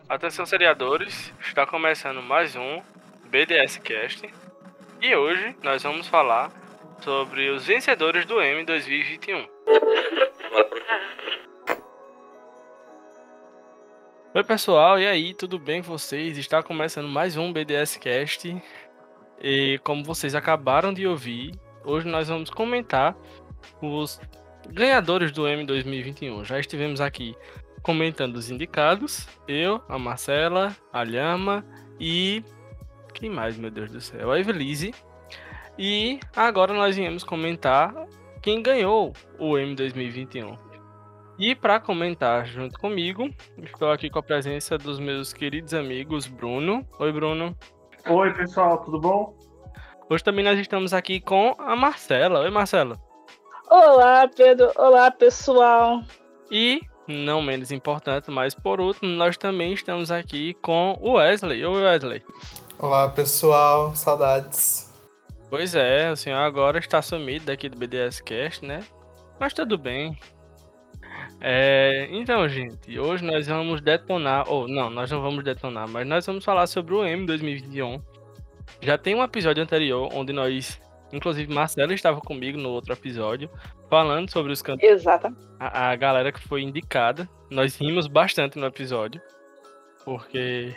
Atenção seriadores, está começando mais um BDS Cast e hoje nós vamos falar sobre os vencedores do M 2021. Oi pessoal, e aí, tudo bem com vocês? Está começando mais um BDS Cast e como vocês acabaram de ouvir, hoje nós vamos comentar os ganhadores do M 2021. Já estivemos aqui comentando os indicados, eu, a Marcela, a Lhama e... quem mais, meu Deus do céu? A Evelise. E agora nós viemos comentar quem ganhou o M 2021. E para comentar junto comigo, estou aqui com a presença dos meus queridos amigos Bruno. Oi, Bruno. Oi, pessoal, tudo bom? Hoje também nós estamos aqui com a Marcela. Oi, Marcela. Olá, Pedro. Olá, pessoal. E, não menos importante, mas por último, nós também estamos aqui com o Wesley. Oi, Wesley. Olá, pessoal. Saudades. Pois é, o senhor agora está sumido daqui do BDS Cast, né? Mas tudo bem. Então, gente, hoje nós vamos detonar... nós não vamos detonar, mas nós vamos falar sobre o M 2021. Já tem um episódio anterior onde nós... Inclusive, Marcela estava comigo no outro episódio, falando sobre os cantores. Exato. A galera que foi indicada. Nós rimos bastante no episódio, porque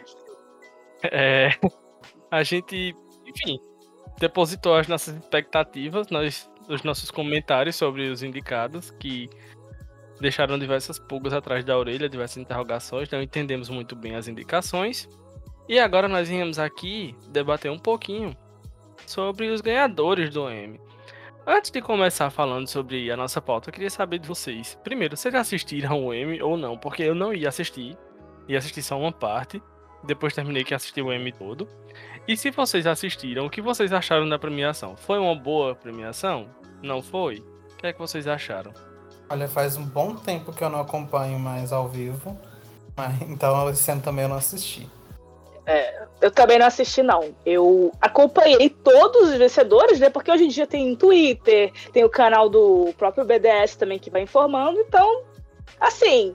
a gente, enfim, depositou as nossas expectativas, os nossos comentários sobre os indicados, que deixaram diversas pulgas atrás da orelha, diversas interrogações, não entendemos muito bem as indicações. E agora nós viemos aqui debater um pouquinho sobre os ganhadores do M. Antes de começar falando sobre a nossa pauta, eu queria saber de vocês. Primeiro, vocês assistiram o M ou não? Porque eu não ia assistir só uma parte. Depois terminei que assisti o M todo. E se vocês assistiram, o que vocês acharam da premiação? Foi uma boa premiação? Não foi? O que é que vocês acharam? Olha, faz um bom tempo que eu não acompanho mais ao vivo. Então esse ano também eu não assisti. Eu também não assisti, não. Eu acompanhei todos os vencedores, né? Porque hoje em dia tem Twitter, tem o canal do próprio BDS também que vai informando. Então, assim,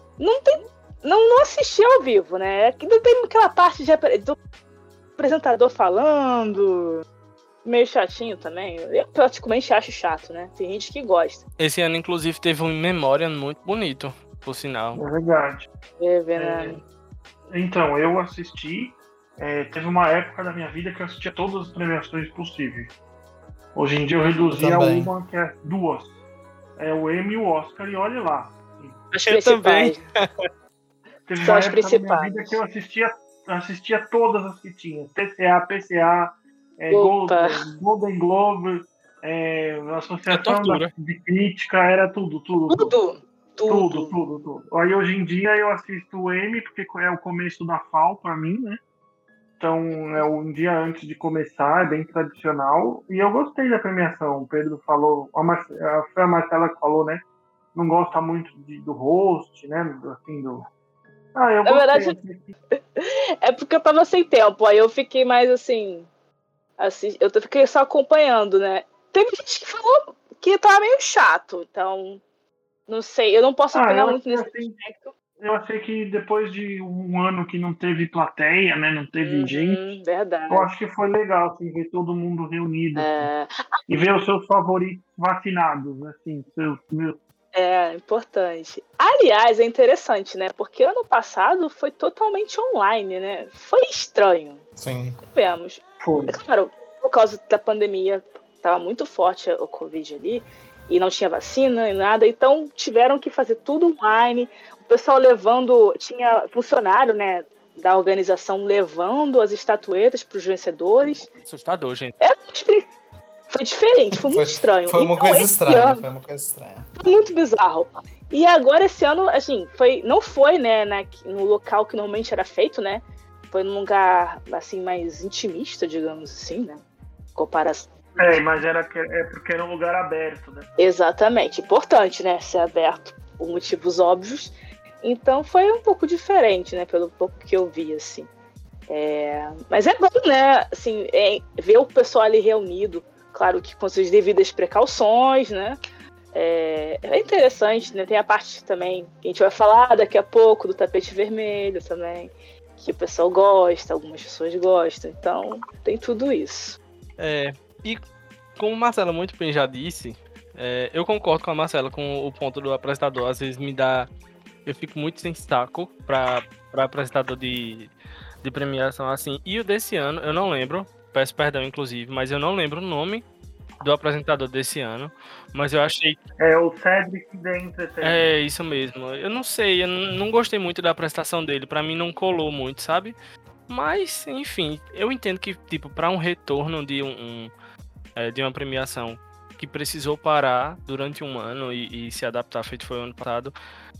não assisti ao vivo, né? Não tem aquela parte do apresentador falando, meio chatinho também. Eu praticamente acho chato, né? Tem gente que gosta. Esse ano, inclusive, teve um In Memoriam muito bonito, por sinal. É verdade. É verdade. Então, eu assisti. Teve uma época da minha vida que eu assistia todas as premiações possíveis. Hoje em dia eu reduzi a uma, que é duas. É o Emmy e o Oscar, e olha lá. Eu também. Teve São uma as época da minha principais. vida que eu assistia todas as que tinha. PCA, Golden Globe, Associação de Crítica, era tudo. Tudo. Aí hoje em dia eu assisto o Emmy, porque é o começo da FAO pra mim, né? Então é um dia antes de começar, é bem tradicional. E eu gostei da premiação. O Pedro falou, foi a Marcela que falou, né? Não gosta muito do host, né? Eu Na gostei. verdade, é porque eu tava sem tempo. Aí eu fiquei mais assim, eu fiquei só acompanhando, né? Teve gente que falou que tava meio chato, então não sei, eu não posso opinar muito nesse aspecto. Eu achei que depois de um ano que não teve plateia, né, não teve gente, verdade. eu acho que foi legal, assim, ver todo mundo reunido assim, e ver os seus favoritos vacinados, assim, meus. É importante. Aliás, é interessante, né? Porque ano passado foi totalmente online, né? Foi estranho. Sim. Vemos. Foi. Claro, por causa da pandemia, estava muito forte o Covid ali. E não tinha vacina e nada, então tiveram que fazer tudo online. O pessoal levando, tinha funcionário, né, da organização levando as estatuetas para os vencedores. Assustador, gente. Foi diferente, foi muito estranho. Foi uma coisa estranha. Foi muito bizarro. E agora esse ano, assim, não foi, né, no local que normalmente era feito, né? Foi num lugar, assim, mais intimista, digamos assim, né? Comparação. Mas porque era um lugar aberto, né? Exatamente. Importante, né? Ser aberto por motivos óbvios. Então foi um pouco diferente, né? Pelo pouco que eu vi, assim. Mas é bom, né? Assim, ver o pessoal ali reunido. Claro que com suas devidas precauções, né? É interessante, né? Tem a parte também que a gente vai falar daqui a pouco do tapete vermelho também, que o pessoal gosta, algumas pessoas gostam, então tem tudo isso. E como a Marcela muito bem já disse, eu concordo com a Marcela com o ponto do apresentador. Às vezes eu fico muito sem saco pra apresentador de premiação assim. E o desse ano, eu não lembro, peço perdão inclusive, mas eu não lembro o nome do apresentador desse ano, mas eu achei... É o Cedric da Entertainment. É, isso mesmo. Eu não sei, eu não gostei muito da apresentação dele, pra mim não colou muito, sabe? Mas, enfim, eu entendo que, tipo, pra um retorno de de uma premiação que precisou parar durante um ano e se adaptar, feito foi o ano passado,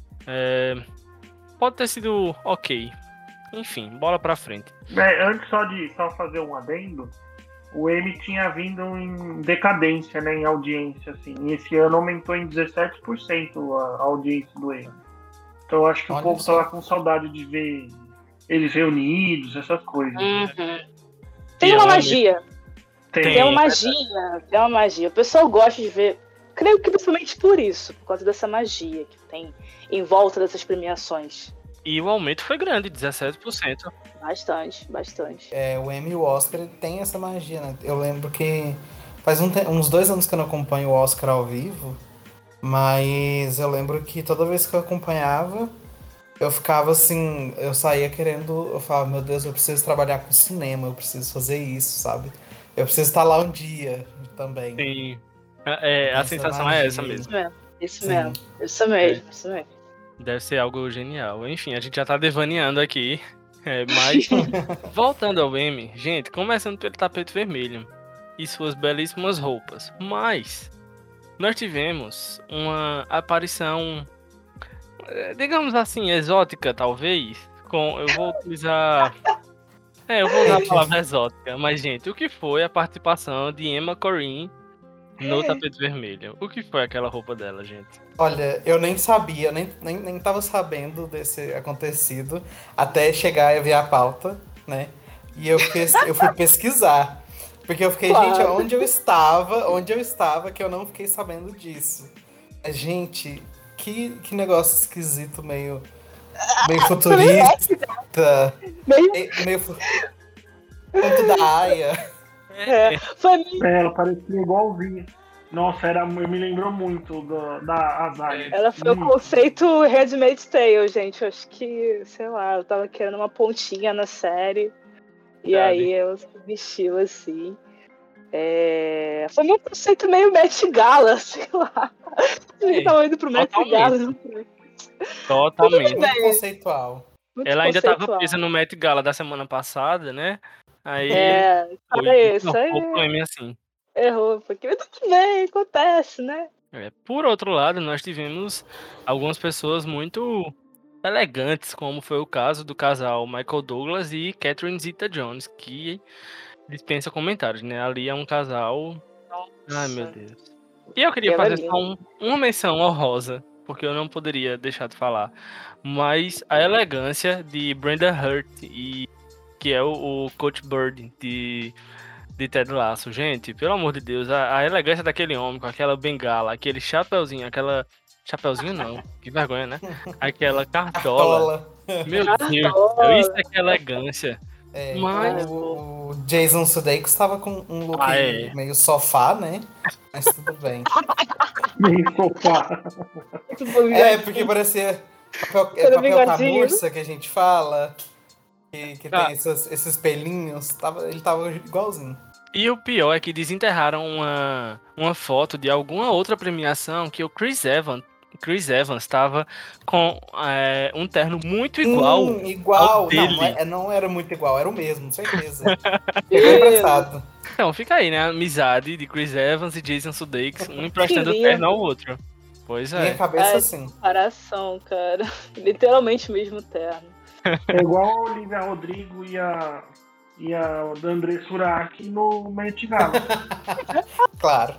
pode ter sido ok. Enfim, bola pra frente. Antes só fazer um adendo, o Emmy tinha vindo em decadência, né, em audiência, assim. E esse ano aumentou em 17% a audiência do Emmy. Então eu acho que o povo tava com saudade de ver eles reunidos, essas coisas. Né? Tem uma magia. Tem uma magia. O pessoal gosta de ver, creio que principalmente por isso, por causa dessa magia que tem em volta dessas premiações. E o aumento foi grande, 17%. Bastante. O Emmy e o Oscar tem essa magia, né? Eu lembro que faz uns 2 anos que eu não acompanho o Oscar ao vivo, mas eu lembro que toda vez que eu acompanhava, eu ficava assim, eu saía eu falava, meu Deus, eu preciso trabalhar com cinema, eu preciso fazer isso, sabe? Eu preciso estar lá um dia também. Sim. A sensação magia. É essa mesmo. Isso mesmo. Deve ser algo genial. Enfim, a gente já tá devaneando aqui. Mas, voltando ao Emmy, gente, começando pelo tapete vermelho e suas belíssimas roupas. Mas, nós tivemos uma aparição, digamos assim, exótica, talvez. Eu vou usar a palavra exótica. Mas, gente, o que foi a participação de Emma Corrin no tapete vermelho? O que foi aquela roupa dela, gente? Olha, eu nem sabia, nem tava sabendo desse acontecido até chegar e ver a pauta, né? E eu fui pesquisar. Porque eu fiquei, gente, onde eu estava que eu não fiquei sabendo disso. Gente, que negócio esquisito, meio futurista. meio ponto da Aya. Ela parecia igualzinha. Nossa, me lembrou muito da Azalea. Ela foi o conceito Handmaid's Tale, gente. Eu acho que, sei lá, eu tava querendo uma pontinha na série. E aí ela se vestiu assim. Foi um conceito meio Met Gala, sei lá. Eu tava indo pro Met Gala. Totalmente. Muito conceitual. Ela ainda tava presa no Met Gala da semana passada, né? Aí isso aí. Assim. Errou, porque tudo bem, acontece, né? Por outro lado, nós tivemos algumas pessoas muito elegantes, como foi o caso do casal Michael Douglas e Catherine Zeta-Jones, que dispensa comentários, né? Ali é um casal... Nossa. Ai, meu Deus. E eu queria fazer só uma menção honrosa, porque eu não poderia deixar de falar, mas a elegância de Brenda Hurt, que é o Coach Bird de Ted Lasso. Gente, pelo amor de Deus, a elegância daquele homem com aquela bengala, aquele chapeuzinho, chapeuzinho não, que vergonha, né? Aquela cartola. Meu Deus, isso é que elegância. Mas o Jason Sudeikis estava com um look meio sofá, né? Mas tudo bem. Meio sofá. Porque parecia papel camurça que a gente fala, que tem esses pelinhos. Ele tava igualzinho. E o pior é que desenterraram uma foto de alguma outra premiação que o Chris Evans estava com um terno muito igual. Igual. Não era muito igual, era o mesmo, certeza. Pegou emprestado. Então, fica aí, né? A amizade de Chris Evans e Jason Sudeikis, um emprestando o terno ao outro. Pois é. Minha cabeça assim. Comparação, cara. Literalmente o mesmo terno. É igual a Olivia Rodrigo e a André Surak no Met Gala. Claro.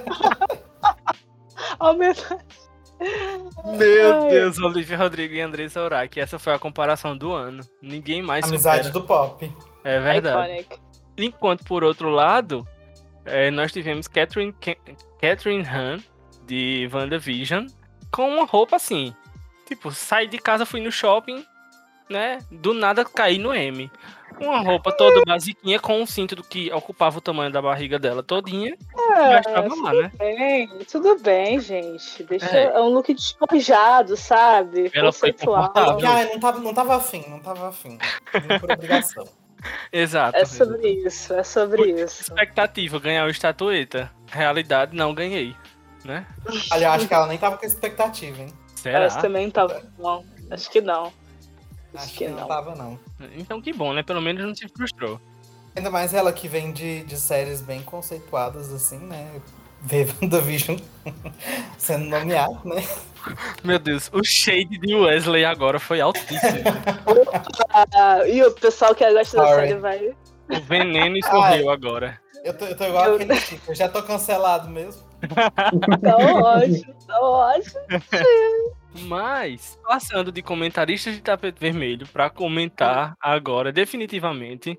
Meu Deus, Olivia Rodrigo e André Surak. Essa foi a comparação do ano. Ninguém mais Amizade supera. do pop. É verdade. Iconic. Enquanto, por outro lado, nós tivemos Catherine Han, de WandaVision com uma roupa assim. Tipo, saí de casa, fui no shopping, né? Do nada caí no M. Uma roupa toda basiquinha com um cinto do que ocupava o tamanho da barriga dela todinha. Mas tava lá, né? Tudo bem, gente. É um look despojado, sabe? Ela foi confortável. Não tava afim. Vim por obrigação. Exato. É sobre isso. Expectativa, ganhar uma estatueta. Realidade, não ganhei, né? Aliás, acho que ela nem tava com expectativa, hein? Será? Ela também tava. Não, acho que não. Acho que não tava, não. Então que bom, né? Pelo menos não se frustrou. Ainda mais ela que vem de séries bem conceituadas, assim, né? Ver WandaVision sendo nomeado, né? Meu Deus, o shade de Wesley agora foi altíssimo. E o pessoal que gosta da série vai... O veneno escorreu agora. Eu tô igual aquele tipo, eu já tô cancelado mesmo. Tá ótimo. Mas, passando de comentaristas de tapete vermelho pra comentar agora, definitivamente,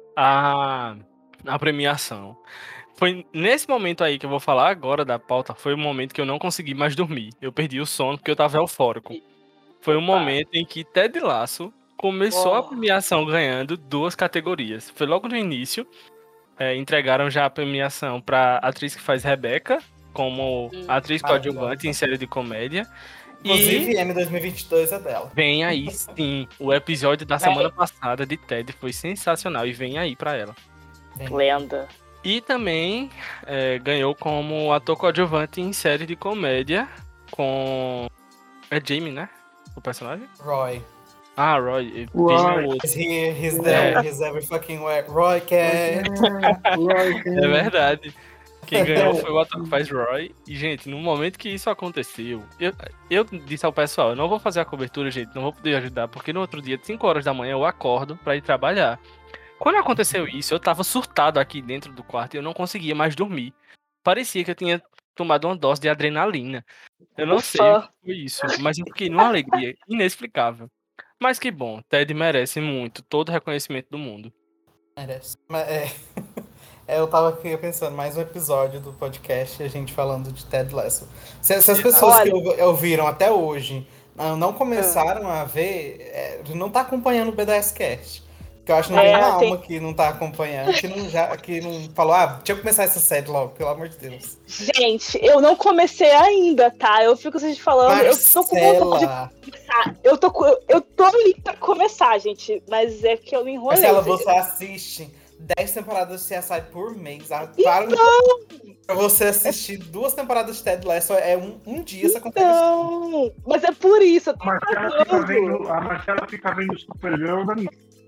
a premiação. Foi nesse momento aí que eu vou falar agora da pauta, foi o momento que eu não consegui mais dormir. Eu perdi o sono porque eu tava eufórico. Foi o momento em que Ted Lasso começou a premiação ganhando 2 categorias. Foi logo no início. Entregaram já a premiação pra atriz que faz Rebecca, como atriz coadjuvante em série de comédia. Inclusive, M 2022 é dela. Vem aí, sim. O episódio da semana passada de Ted foi sensacional e vem aí pra ela. Lenda. E também ganhou como ator coadjuvante em série de comédia com... É Jamie, né? O personagem? Roy. Ah, Roy. He's there, he's every fucking where. Roy can. É verdade. Quem ganhou foi o ator que faz Roy. E, gente, no momento que isso aconteceu, eu disse ao pessoal, eu não vou fazer a cobertura, gente, não vou poder ajudar, porque no outro dia, 5 horas da manhã, eu acordo pra ir trabalhar. Quando aconteceu isso, eu tava surtado aqui dentro do quarto e eu não conseguia mais dormir. Parecia que eu tinha tomado uma dose de adrenalina. Eu não sei o que foi isso, mas eu fiquei numa alegria inexplicável. Mas que bom, Ted merece muito, todo o reconhecimento do mundo. Merece. Eu tava aqui pensando, mais um episódio do podcast, a gente falando de Ted Lasso. Se as pessoas que ouviram até hoje não começaram a ver, não tá acompanhando o BDS Cast. Porque eu acho que não tem uma alma que não tá acompanhando, que não falou, deixa eu começar essa série logo, pelo amor de Deus. Gente, eu não comecei ainda, tá? Eu fico vocês falando, Marcela. eu tô com vontade de começar. Eu tô ali pra começar, gente, mas é que eu me enrolei. Marcela, você assiste 10 temporadas de CSI por mês. Pra você assistir 2 temporadas de Ted Lasso, um dia você consegue assistir. Não, mas é por isso. A Marcela fica vendo Supergirl da minha.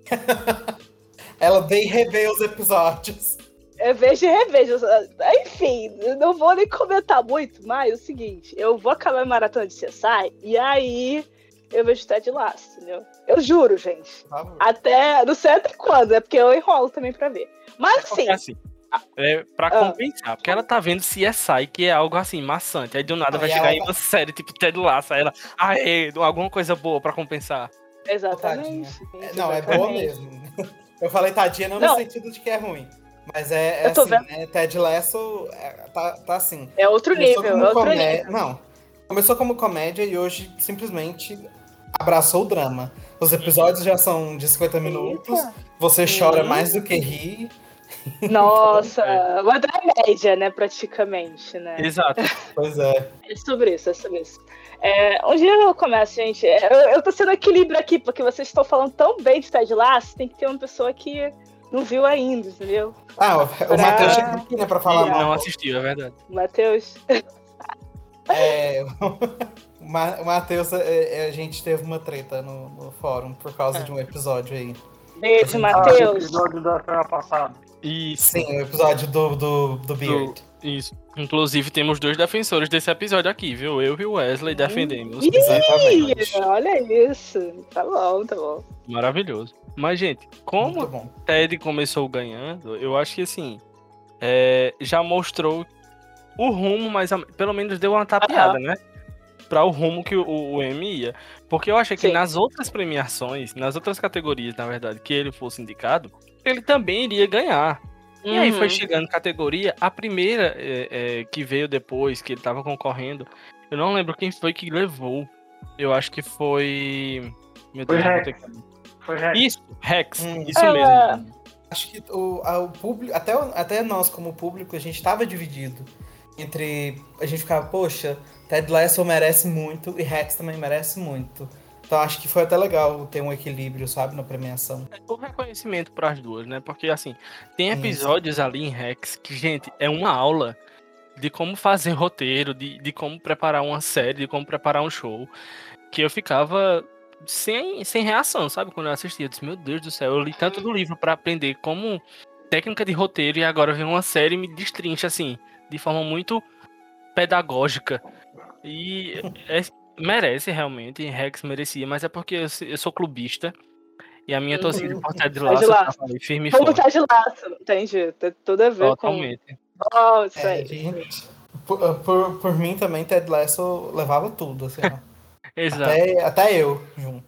Ela vem rever os episódios. Eu vejo e revejo. Enfim, não vou nem comentar muito, mas é o seguinte, eu vou acabar a maratona de CSI e aí eu vejo Ted Lasso, entendeu? Eu juro, gente. Até, não sei até quando, é porque eu enrolo também pra ver. Mas assim... pra compensar, porque ela tá vendo CSI, que é algo assim, maçante. Aí do nada vai chegar em uma série tipo Ted Lasso, aí ela, alguma coisa boa pra compensar. Exatamente. Não, é boa mesmo. Eu falei tadinha não no sentido de que é ruim. Mas é assim, né? Ted Lasso tá assim. É outro nível, nível. Não, começou como comédia e hoje simplesmente abraçou o drama. Os episódios já são de 50 minutos, você chora mais do que ri. Nossa, uma dramédia, né, praticamente, né? Exato. Pois é. É sobre isso. Um dia eu começo, gente. Eu tô sendo equilíbrio aqui, porque vocês estão falando tão bem de Ted Lasso, tem que ter uma pessoa que não viu ainda, entendeu? O Matheus chegou aqui, né, pra falar mal. Não assistiu, é verdade. Matheus. O Matheus, a gente teve uma treta no fórum por causa de um episódio aí. Beijo, Matheus. O episódio da semana passada. Isso. Sim, o episódio do Beard. Isso. Inclusive, temos 2 defensores desse episódio aqui, viu? Eu e o Wesley defendemos. Exatamente. Olha isso. Tá bom. Maravilhoso. Mas, gente, como Ted começou ganhando, eu acho que, assim, já mostrou o rumo, mas pelo menos deu uma tapeada, né? Pra o rumo que o M ia. Porque eu achei que nas outras premiações, nas outras categorias, na verdade, que ele fosse indicado, ele também iria ganhar. E aí foi chegando categoria. A primeira que veio depois, que ele tava concorrendo, eu não lembro quem foi que levou. Eu acho que foi... Meu Foi Deus, eu vou Rex. ter que... Foi Rex. Isso, Rex. Hum. Isso mesmo. Acho que o público, até nós como público, a gente tava dividido entre... A gente ficava, poxa, Ted Lasso merece muito e Rex também merece muito. Então acho que foi até legal ter um equilíbrio, sabe, na premiação. O reconhecimento para as duas, né? Porque, assim, tem episódios ali em Rex que, gente, é uma aula de como fazer roteiro, de como preparar uma série, de como preparar um show, que eu ficava sem reação, sabe? Quando eu assistia, eu disse, meu Deus do céu, eu li tanto do livro para aprender como técnica de roteiro e agora vem uma série e me destrincha, assim, de forma muito pedagógica. E merece realmente, Rex merecia, mas é porque eu sou clubista e a minha torcida por Ted Lasso tá firme e Como forte. Ted Lasso, entendi. Tem tudo a ver Totalmente. com... Oh, isso aí. Gente, por mim também, Ted Lasso levava tudo, assim, ó. Exato. Até eu junto.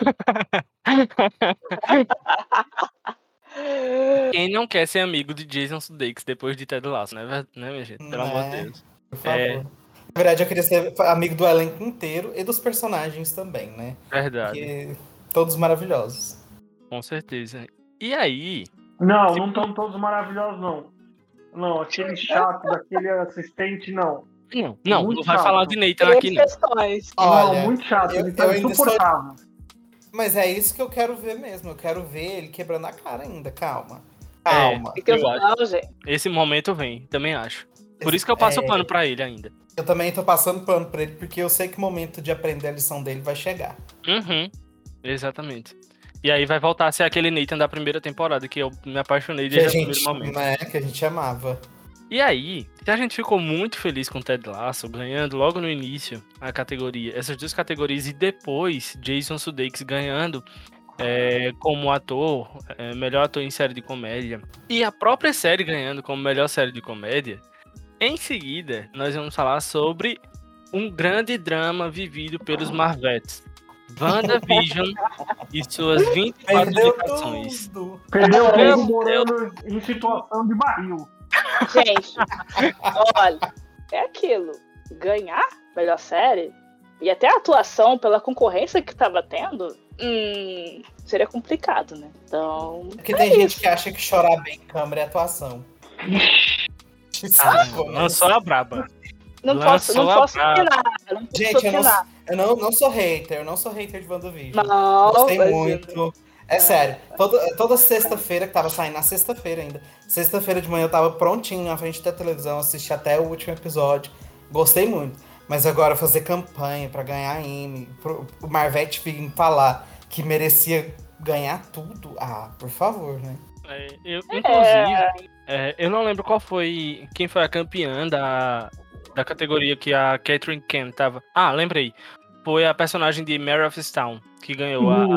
Quem não quer ser amigo de Jason Sudeikis depois de Ted Lasso, né, minha gente? Pelo amor de Deus. Por favor. Na verdade, eu queria ser amigo do elenco inteiro e dos personagens também, né? Verdade. Porque todos maravilhosos. Com certeza. E aí... Não estão todos maravilhosos, não. Não, aquele chato daquele assistente, não. Não vai chato. falar de Nathan aqui, não. Olha, não, muito chato, ele tá ainda insuportável. Mas é isso que eu quero ver mesmo. Eu quero ver ele quebrando a cara ainda. Calma. Eu acho. Esse momento vem, também acho. Por isso que eu passo pano pra ele ainda. Eu também tô passando pano pra ele, porque eu sei que o momento de aprender a lição dele vai chegar. Exatamente. E aí vai voltar a ser aquele Nathan da primeira temporada, que eu me apaixonei desde o primeiro momento. Né, que a gente amava. E aí, a gente ficou muito feliz com o Ted Lasso, ganhando logo no início a categoria, essas duas categorias, e depois Jason Sudeikis ganhando como ator, melhor ator em série de comédia, e a própria série ganhando como melhor série de comédia. Em seguida, nós vamos falar sobre um grande drama vivido pelos Marvetes. WandaVision e suas 24 indicações. Perdeu tudo morando em situação de barril. Gente, olha, é aquilo. Ganhar melhor série e até a atuação pela concorrência que tava tendo, seria complicado, né? Então. Porque tem gente que acha que chorar bem em câmera é atuação. Lançou a braba. Não posso opinar. Gente, eu não sou hater. Eu não sou hater de WandaVision. Não, gostei muito. É sério. Toda sexta-feira, que tava saindo na sexta-feira ainda. Sexta-feira de manhã eu tava prontinho na frente da televisão, assisti até o último episódio. Gostei muito. Mas agora fazer campanha pra ganhar Emmy, o Marvete vir falar que merecia ganhar tudo. Por favor, né? Inclusive, eu não lembro quem foi a campeã da categoria que a Catherine Kane tava. Lembrei. Foi a personagem de Mare of Easttown que ganhou a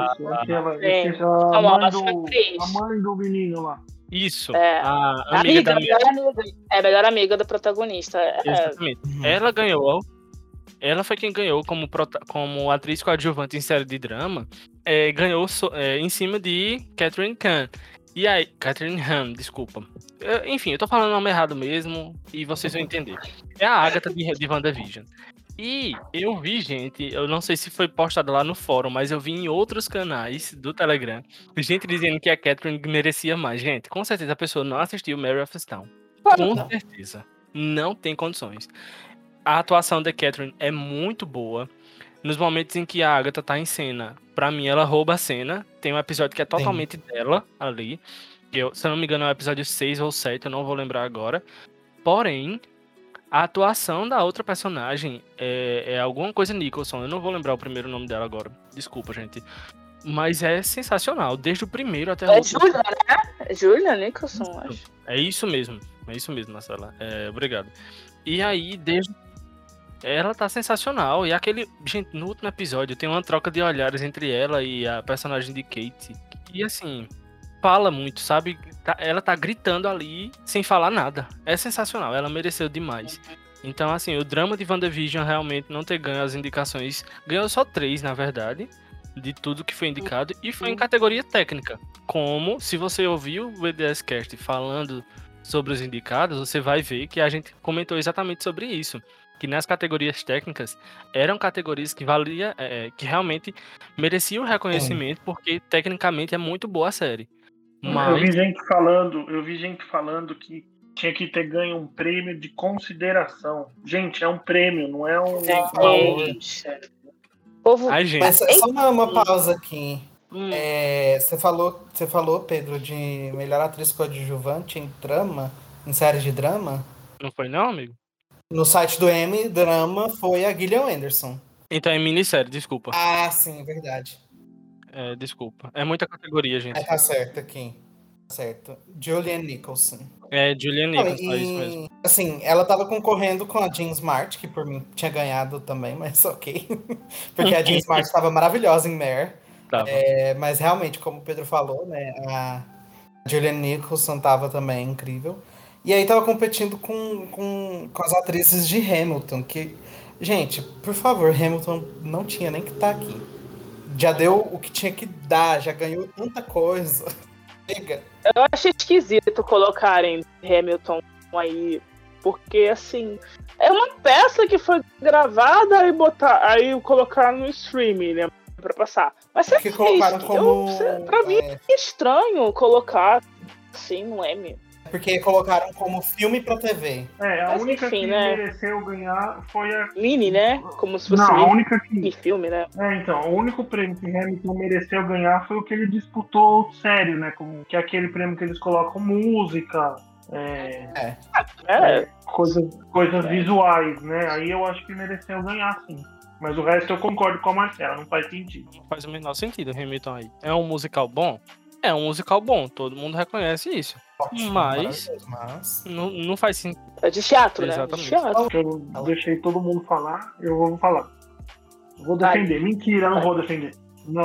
mãe do menino lá. Isso. A amiga, a melhor amiga do protagonista. Exatamente. Ela ganhou. Ela foi quem ganhou como atriz coadjuvante em série de drama. Ganhou em cima de Catherine Kane. E aí, Catherine Han, desculpa. Enfim, eu tô falando o nome errado mesmo e vocês vão entender. É a Agatha de WandaVision. E eu vi, gente, eu não sei se foi postado lá no fórum, mas eu vi em outros canais do Telegram, gente dizendo que a Catherine merecia mais. Gente, com certeza a pessoa não assistiu Mare of Easttown. Com certeza. Não tem condições. A atuação da Catherine é muito boa. Nos momentos em que a Agatha tá em cena, pra mim ela rouba a cena. Tem um episódio que é totalmente dela ali. Se eu não me engano é o episódio 6 ou 7, eu não vou lembrar agora. Porém, a atuação da outra personagem é alguma coisa Nicholson. Eu não vou lembrar o primeiro nome dela agora. Desculpa, gente. Mas é sensacional, desde o primeiro até o último. É Julia, né? Julia Nicholson, acho. É isso mesmo, Marcela. Obrigado. E aí, ela tá sensacional. E gente, no último episódio tem uma troca de olhares entre ela e a personagem de Kate. E assim, fala muito, sabe? Ela tá gritando ali sem falar nada. É sensacional, ela mereceu demais. Então, assim, o drama de WandaVision realmente não ter ganho as indicações. Ganhou só 3, na verdade. de tudo que foi indicado e foi em categoria técnica. Como, se você ouviu o BDS Cast falando sobre os indicados, você vai ver que a gente comentou exatamente sobre isso. Que nas categorias técnicas eram categorias que valia, que realmente mereciam reconhecimento, porque tecnicamente é muito boa a série. Eu vi gente falando que tinha que ter ganho um prêmio de consideração. Gente, é um prêmio, não é um valor. Povo... Ai, gente. Mas só uma pausa aqui. Você falou, Pedro, de melhor atriz coadjuvante em drama, em série de drama? Não foi não, amigo? No site do M, drama foi a Gillian Anderson. Então é minissérie, desculpa. Ah, sim, verdade. Desculpa. É muita categoria, gente. Tá certo aqui. Tá certo. Julianne Nicholson. Julianne Nicholson, é isso mesmo. Assim, ela tava concorrendo com a Jean Smart, que por mim tinha ganhado também, mas ok. Porque a Jean Smart estava maravilhosa em Mare. Mas realmente, como o Pedro falou, né, a Julianne Nicholson tava também incrível. E aí tava competindo com as atrizes de Hamilton, que... Gente, por favor, Hamilton não tinha nem que estar aqui. Já deu o que tinha que dar, já ganhou tanta coisa. Chega. Eu achei esquisito colocarem Hamilton aí, porque assim, é uma peça que foi gravada aí colocaram no streaming, né, pra passar. Mas você que colocaram como... pra mim é estranho colocar assim no M. Porque colocaram como filme pra TV. A única que mereceu ganhar foi a... Mini, né? Como se fosse a única que... filme, né? Então, o único prêmio que Hamilton mereceu ganhar foi o que ele disputou sério, né? Que é aquele prêmio que eles colocam música, coisas visuais, né? Aí eu acho que mereceu ganhar, sim. Mas o resto eu concordo com a Marcela, não faz sentido. Não faz o menor sentido, Hamilton aí. É um musical bom? É um musical bom, todo mundo reconhece isso. Ótimo, mas não faz sentido. É de teatro, Exatamente. né? De teatro. Eu deixei todo mundo falar, eu vou falar. Vou defender. Mentira, não vou defender. Não.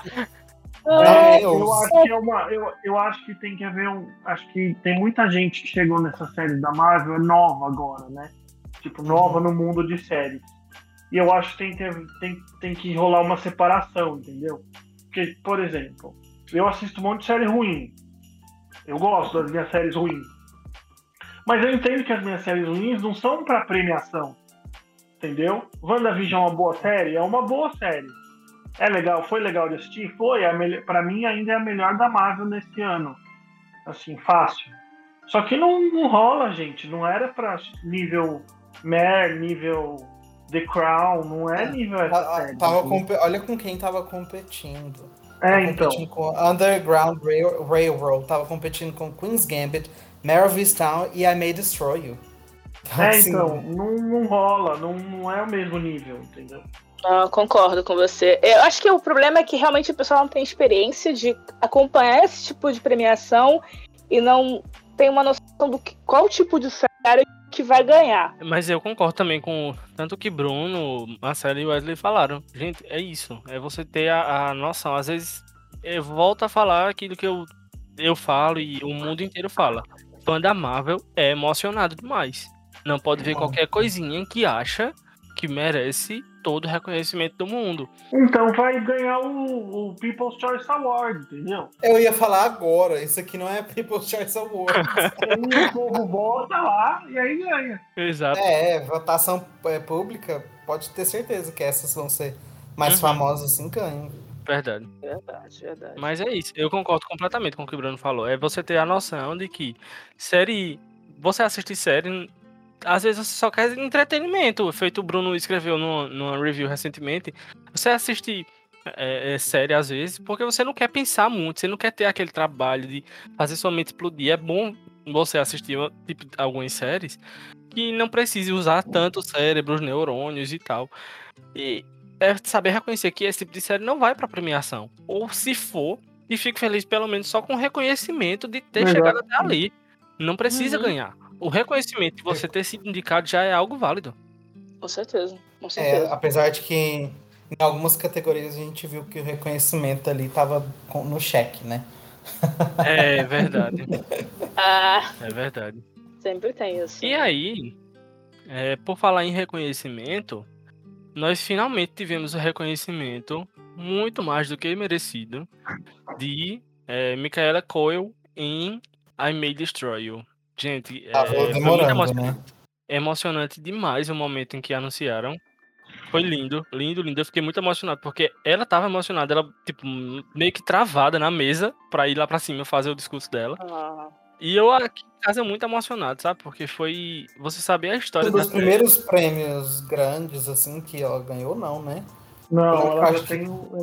Eu acho que tem que haver acho que tem muita gente que chegou nessa série da Marvel, é nova agora, né? Tipo, nova no mundo de séries. E eu acho que tem que rolar uma separação, entendeu? Porque, por exemplo, eu assisto um monte de série ruim. Eu gosto das minhas séries ruins. Mas eu entendo que as minhas séries ruins não são pra premiação. Entendeu? WandaVision é uma boa série? É uma boa série. É legal? Foi legal de assistir? Foi. Pra mim ainda é a melhor da Marvel nesse ano. Assim, fácil. Só que não rola, gente. Não era pra nível Mare, nível The Crown. Não é nível essa série. Olha com quem tava competindo. Então. Com Underground Railroad, tava competindo com Queen's Gambit, Mare of Easttown e I May Destroy You. Então, não rola, não é o mesmo nível, entendeu? Concordo com você. Eu acho que o problema é que realmente o pessoal não tem experiência de acompanhar esse tipo de premiação e não tem uma noção do qual tipo de série que vai ganhar. Mas eu concordo também com tanto que Bruno, Marcelo e Wesley falaram. Gente, é isso. É você ter a noção. Às vezes, eu volto a falar aquilo que eu falo e o mundo inteiro fala. Fã da Marvel é emocionado demais. Não pode ver qualquer coisinha que acha que merece todo o reconhecimento do mundo. Então vai ganhar o People's Choice Award, entendeu? Eu ia falar agora, isso aqui não é People's Choice Award. O povo vota lá e aí ganha. Exato. Votação pública, pode ter certeza que essas vão ser mais famosas assim, ganham. Verdade. Verdade. Mas é isso, eu concordo completamente com o que o Bruno falou. É você ter a noção de que você assistir série, às vezes você só quer entretenimento. Feito o Bruno escreveu numa review recentemente. Você assiste série às vezes porque você não quer pensar muito, você não quer ter aquele trabalho de fazer sua mente explodir. É bom você assistir algumas séries que não precise usar tanto o cérebro, os neurônios e tal. E é saber reconhecer que esse tipo de série não vai pra premiação. Ou se for, e fico feliz pelo menos só com o reconhecimento de ter chegado até ali. Não precisa ganhar. O reconhecimento de você ter sido indicado já é algo válido. Com certeza. Apesar de que em algumas categorias a gente viu que o reconhecimento ali tava no cheque, né? É verdade. É verdade. Sempre tem isso. E aí, por falar em reconhecimento, nós finalmente tivemos o reconhecimento, muito mais do que merecido, de Michaela Coel em I May Destroy You. Gente, Tava foi muito demorando, né? emocionante demais o momento em que anunciaram. Foi lindo, lindo, lindo. Eu fiquei muito emocionado, porque ela tava emocionada, ela, tipo, meio que travada na mesa pra ir lá pra cima fazer o discurso dela. Ah, E eu aqui em casa muito emocionado, sabe? Porque foi. Você saber a história Um da dos primeiros prêmios grandes, assim, que ela ganhou, não, né? Eu Não, lembro que eu ela já acho que. tem.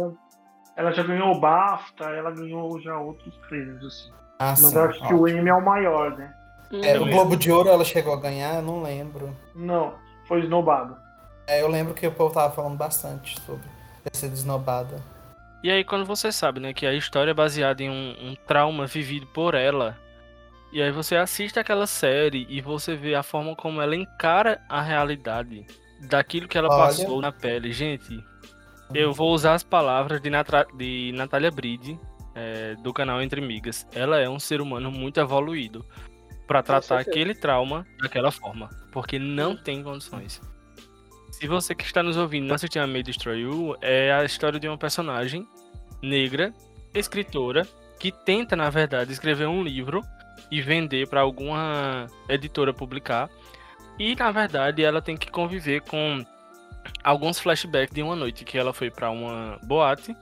Ela já ganhou o BAFTA, ela ganhou já outros prêmios, assim. Ah, Mas sim. eu acho que o Ótimo. Emmy é o maior, né? É, o também. Globo de Ouro ela chegou a ganhar, eu não lembro. Não, foi esnobado. Eu lembro que o povo tava falando bastante sobre ter sido esnobada. E aí, quando você sabe, né, que a história é baseada em um trauma vivido por ela, e aí você assiste aquela série e você vê a forma como ela encara a realidade daquilo que ela Olha. passou na pele. Gente, eu vou usar as palavras de Natália Bride, do canal Entre Migas. Ela é um ser humano muito evoluído pra tratar certeza. aquele trauma daquela forma, porque não tem condições. Se você que está nos ouvindo não assistiu a May Destroy You, é a história de uma personagem negra, escritora, que tenta, na verdade, escrever um livro e vender para alguma editora publicar. E, na verdade, ela tem que conviver com alguns flashbacks de uma noite que ela foi para uma boate.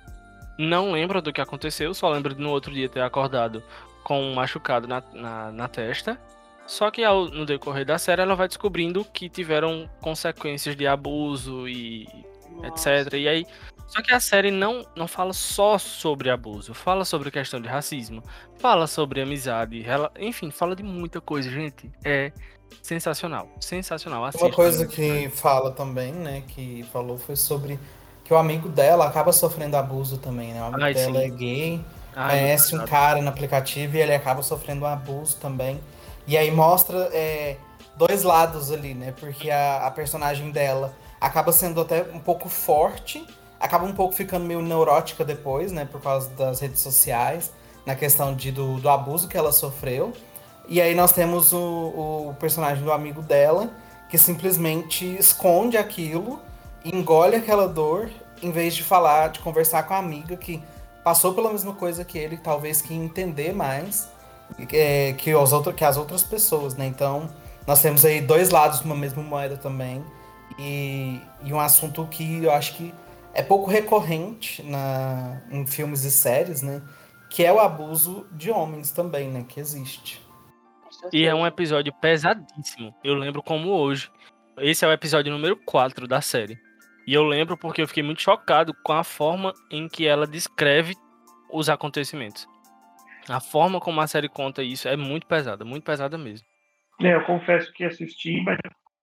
Não lembro do que aconteceu, só lembro de no outro dia ter acordado com um machucado na testa. Só que no decorrer da série ela vai descobrindo que tiveram consequências de abuso e etc. E aí, só que a série não fala só sobre abuso, fala sobre questão de racismo, fala sobre amizade, enfim, fala de muita coisa, gente. É sensacional, sensacional. Uma Assista. coisa que fala também, né, que falou foi sobre que o amigo dela acaba sofrendo abuso também, né? O amigo Ai, dela sim. é gay, Ai, muito conhece um pesado. cara no aplicativo e ele acaba sofrendo um abuso também. E aí mostra dois lados ali, né? Porque a personagem dela acaba sendo até um pouco forte, acaba um pouco ficando meio neurótica depois, né? Por causa das redes sociais, na questão do abuso que ela sofreu. E aí nós temos o personagem do amigo dela, que simplesmente esconde aquilo, engole aquela dor, em vez de falar, de conversar com a amiga que passou pela mesma coisa que ele, talvez que entender mais que as outras pessoas, né? Então, nós temos aí dois lados de uma mesma moeda também. E um assunto que eu acho que é pouco recorrente em filmes e séries, né? Que é o abuso de homens também, né? Que existe. E é um episódio pesadíssimo. Eu lembro como hoje. Esse é o episódio número 4 da série. E eu lembro porque eu fiquei muito chocado com a forma em que ela descreve os acontecimentos. A forma como a série conta isso é muito pesada mesmo. Eu confesso que assisti, mas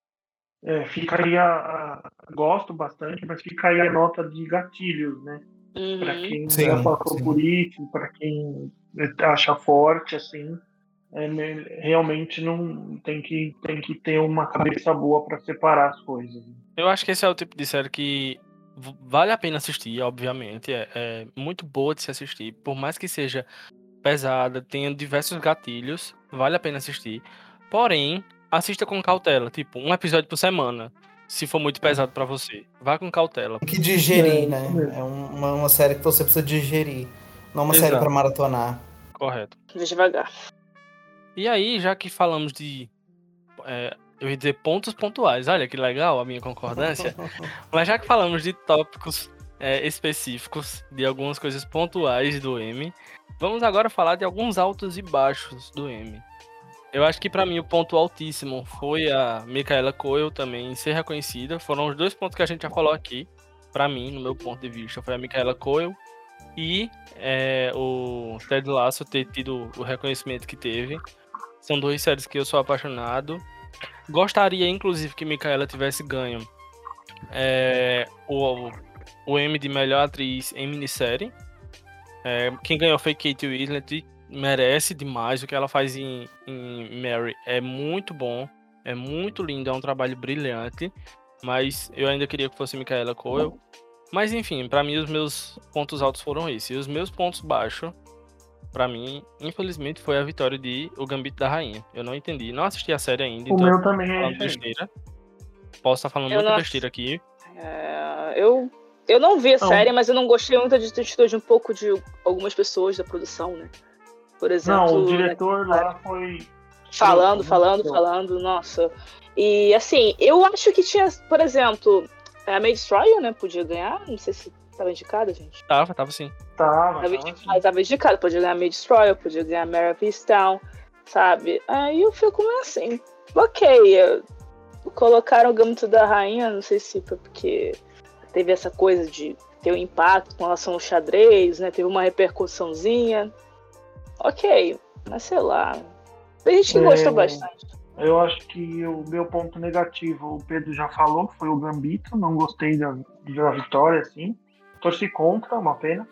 gosto bastante, mas fica aí a nota de gatilhos, né? Para quem já passou por isso, para quem acha forte, assim, realmente não tem que ter uma cabeça boa para separar as coisas. Eu acho que esse é o tipo de série que vale a pena assistir, obviamente. É muito boa de se assistir. Por mais que seja pesada, tenha diversos gatilhos, vale a pena assistir. Porém, assista com cautela. Tipo, um episódio por semana. Se for muito pesado pra você, vá com cautela. Tem que digerir, né? Isso mesmo. É uma série que você precisa digerir. Não uma série Exato. para maratonar. Correto. Veja devagar. E aí, já que falamos de... eu ia dizer pontos pontuais. Olha que legal a minha concordância. Mas já que falamos de tópicos específicos, de algumas coisas pontuais do M, vamos agora falar de alguns altos e baixos do M. Eu acho que pra mim o ponto altíssimo foi a Michaela Coel também ser reconhecida. Foram os dois pontos que a gente já falou aqui. Pra mim, no meu ponto de vista, foi a Michaela Coel e o Ted Lasso ter tido o reconhecimento que teve. São duas séries que eu sou apaixonado. Gostaria, inclusive, que Michaela tivesse ganho o Emmy de melhor atriz em minissérie. Quem ganhou foi Kate Winslet. Merece demais. O que ela faz em Mary é muito bom, é muito lindo, é um trabalho brilhante, mas eu ainda queria que fosse Michaela Coel. Mas enfim, pra mim os meus pontos altos foram esses. E os meus pontos baixos, pra mim, infelizmente, foi a vitória de O Gambito da Rainha. Eu não entendi, não assisti a série ainda, O então meu também falando é besteira. Posso estar falando Eu muita não besteira aqui, Eu não vi a série, mas eu não gostei muito da atitude um pouco de algumas pessoas da produção, né? Por exemplo... Não, o diretor lá foi... Falando, nossa. E, assim, eu acho que tinha, por exemplo, a May Destroyer, né? Podia ganhar, não sei se tava indicada, gente. Tava sim. Tava indicada, podia ganhar a May Destroyer, podia ganhar a Mare of Easttown, sabe? Aí eu fico meio assim, ok, colocaram o Gambito da Rainha, não sei se foi porque teve essa coisa de ter um impacto com relação ao xadrez, né? Teve uma repercussãozinha. Ok, mas sei lá. Tem gente que gostou bastante. Eu acho que o meu ponto negativo, o Pedro já falou, que foi o Gambito. Não gostei da vitória, assim. Torci contra, uma pena.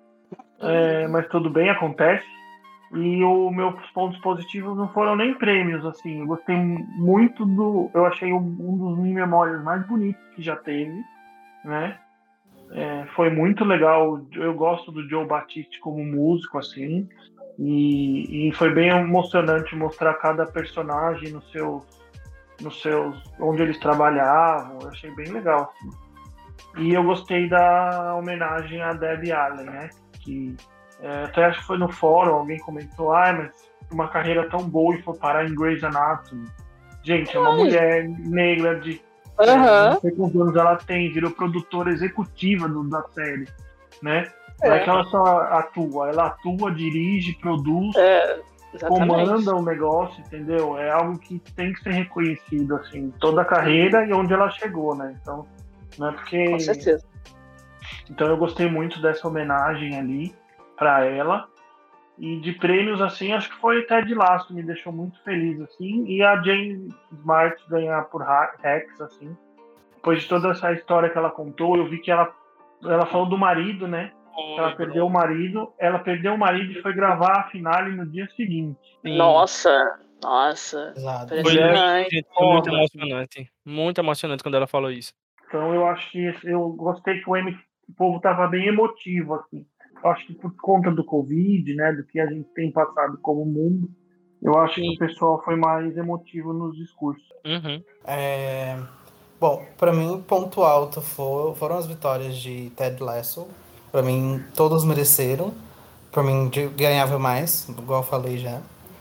Mas tudo bem, acontece. E os meus pontos positivos não foram nem prêmios, assim. Eu gostei muito do... Eu achei um dos In Memoriam mais bonitos que já teve, né? Foi muito legal. Eu gosto do Joe Batiste como músico, assim. E foi bem emocionante mostrar cada personagem nos seus onde eles trabalhavam. Eu achei bem legal, assim. E eu gostei da homenagem a Debbie Allen, né? Que até acho que foi no fórum, alguém comentou, mas uma carreira tão boa e foi parar em Grey's Anatomy. Gente, é uma mulher negra de não sei quantos anos ela tem, virou produtora executiva da série, né? Não é que ela só atua, ela atua, dirige, produz, comanda o negócio, entendeu? É algo que tem que ser reconhecido, assim, toda a carreira e onde ela chegou, né? Então, não é porque... Com certeza. Então eu gostei muito dessa homenagem ali pra ela. E de prêmios, assim, acho que foi Ted Lasso, me deixou muito feliz, assim. E a Jane Smart ganhar por Rex, assim. Depois de toda essa história que ela contou, eu vi que ela falou do marido, né? Ela perdeu o marido e foi gravar a finale no dia seguinte. Nossa. Exato. Foi muito emocionante. Muito emocionante quando ela falou isso. Então eu acho que eu gostei que o povo tava bem emotivo, assim. Eu acho que por conta do Covid, né, do que a gente tem passado como mundo, eu acho que o pessoal foi mais emotivo nos discursos. Uhum. Bom, pra mim, ponto alto foram as vitórias de Ted Lasso. Pra mim, todos mereceram. Pra mim, ganhava mais, igual eu falei já.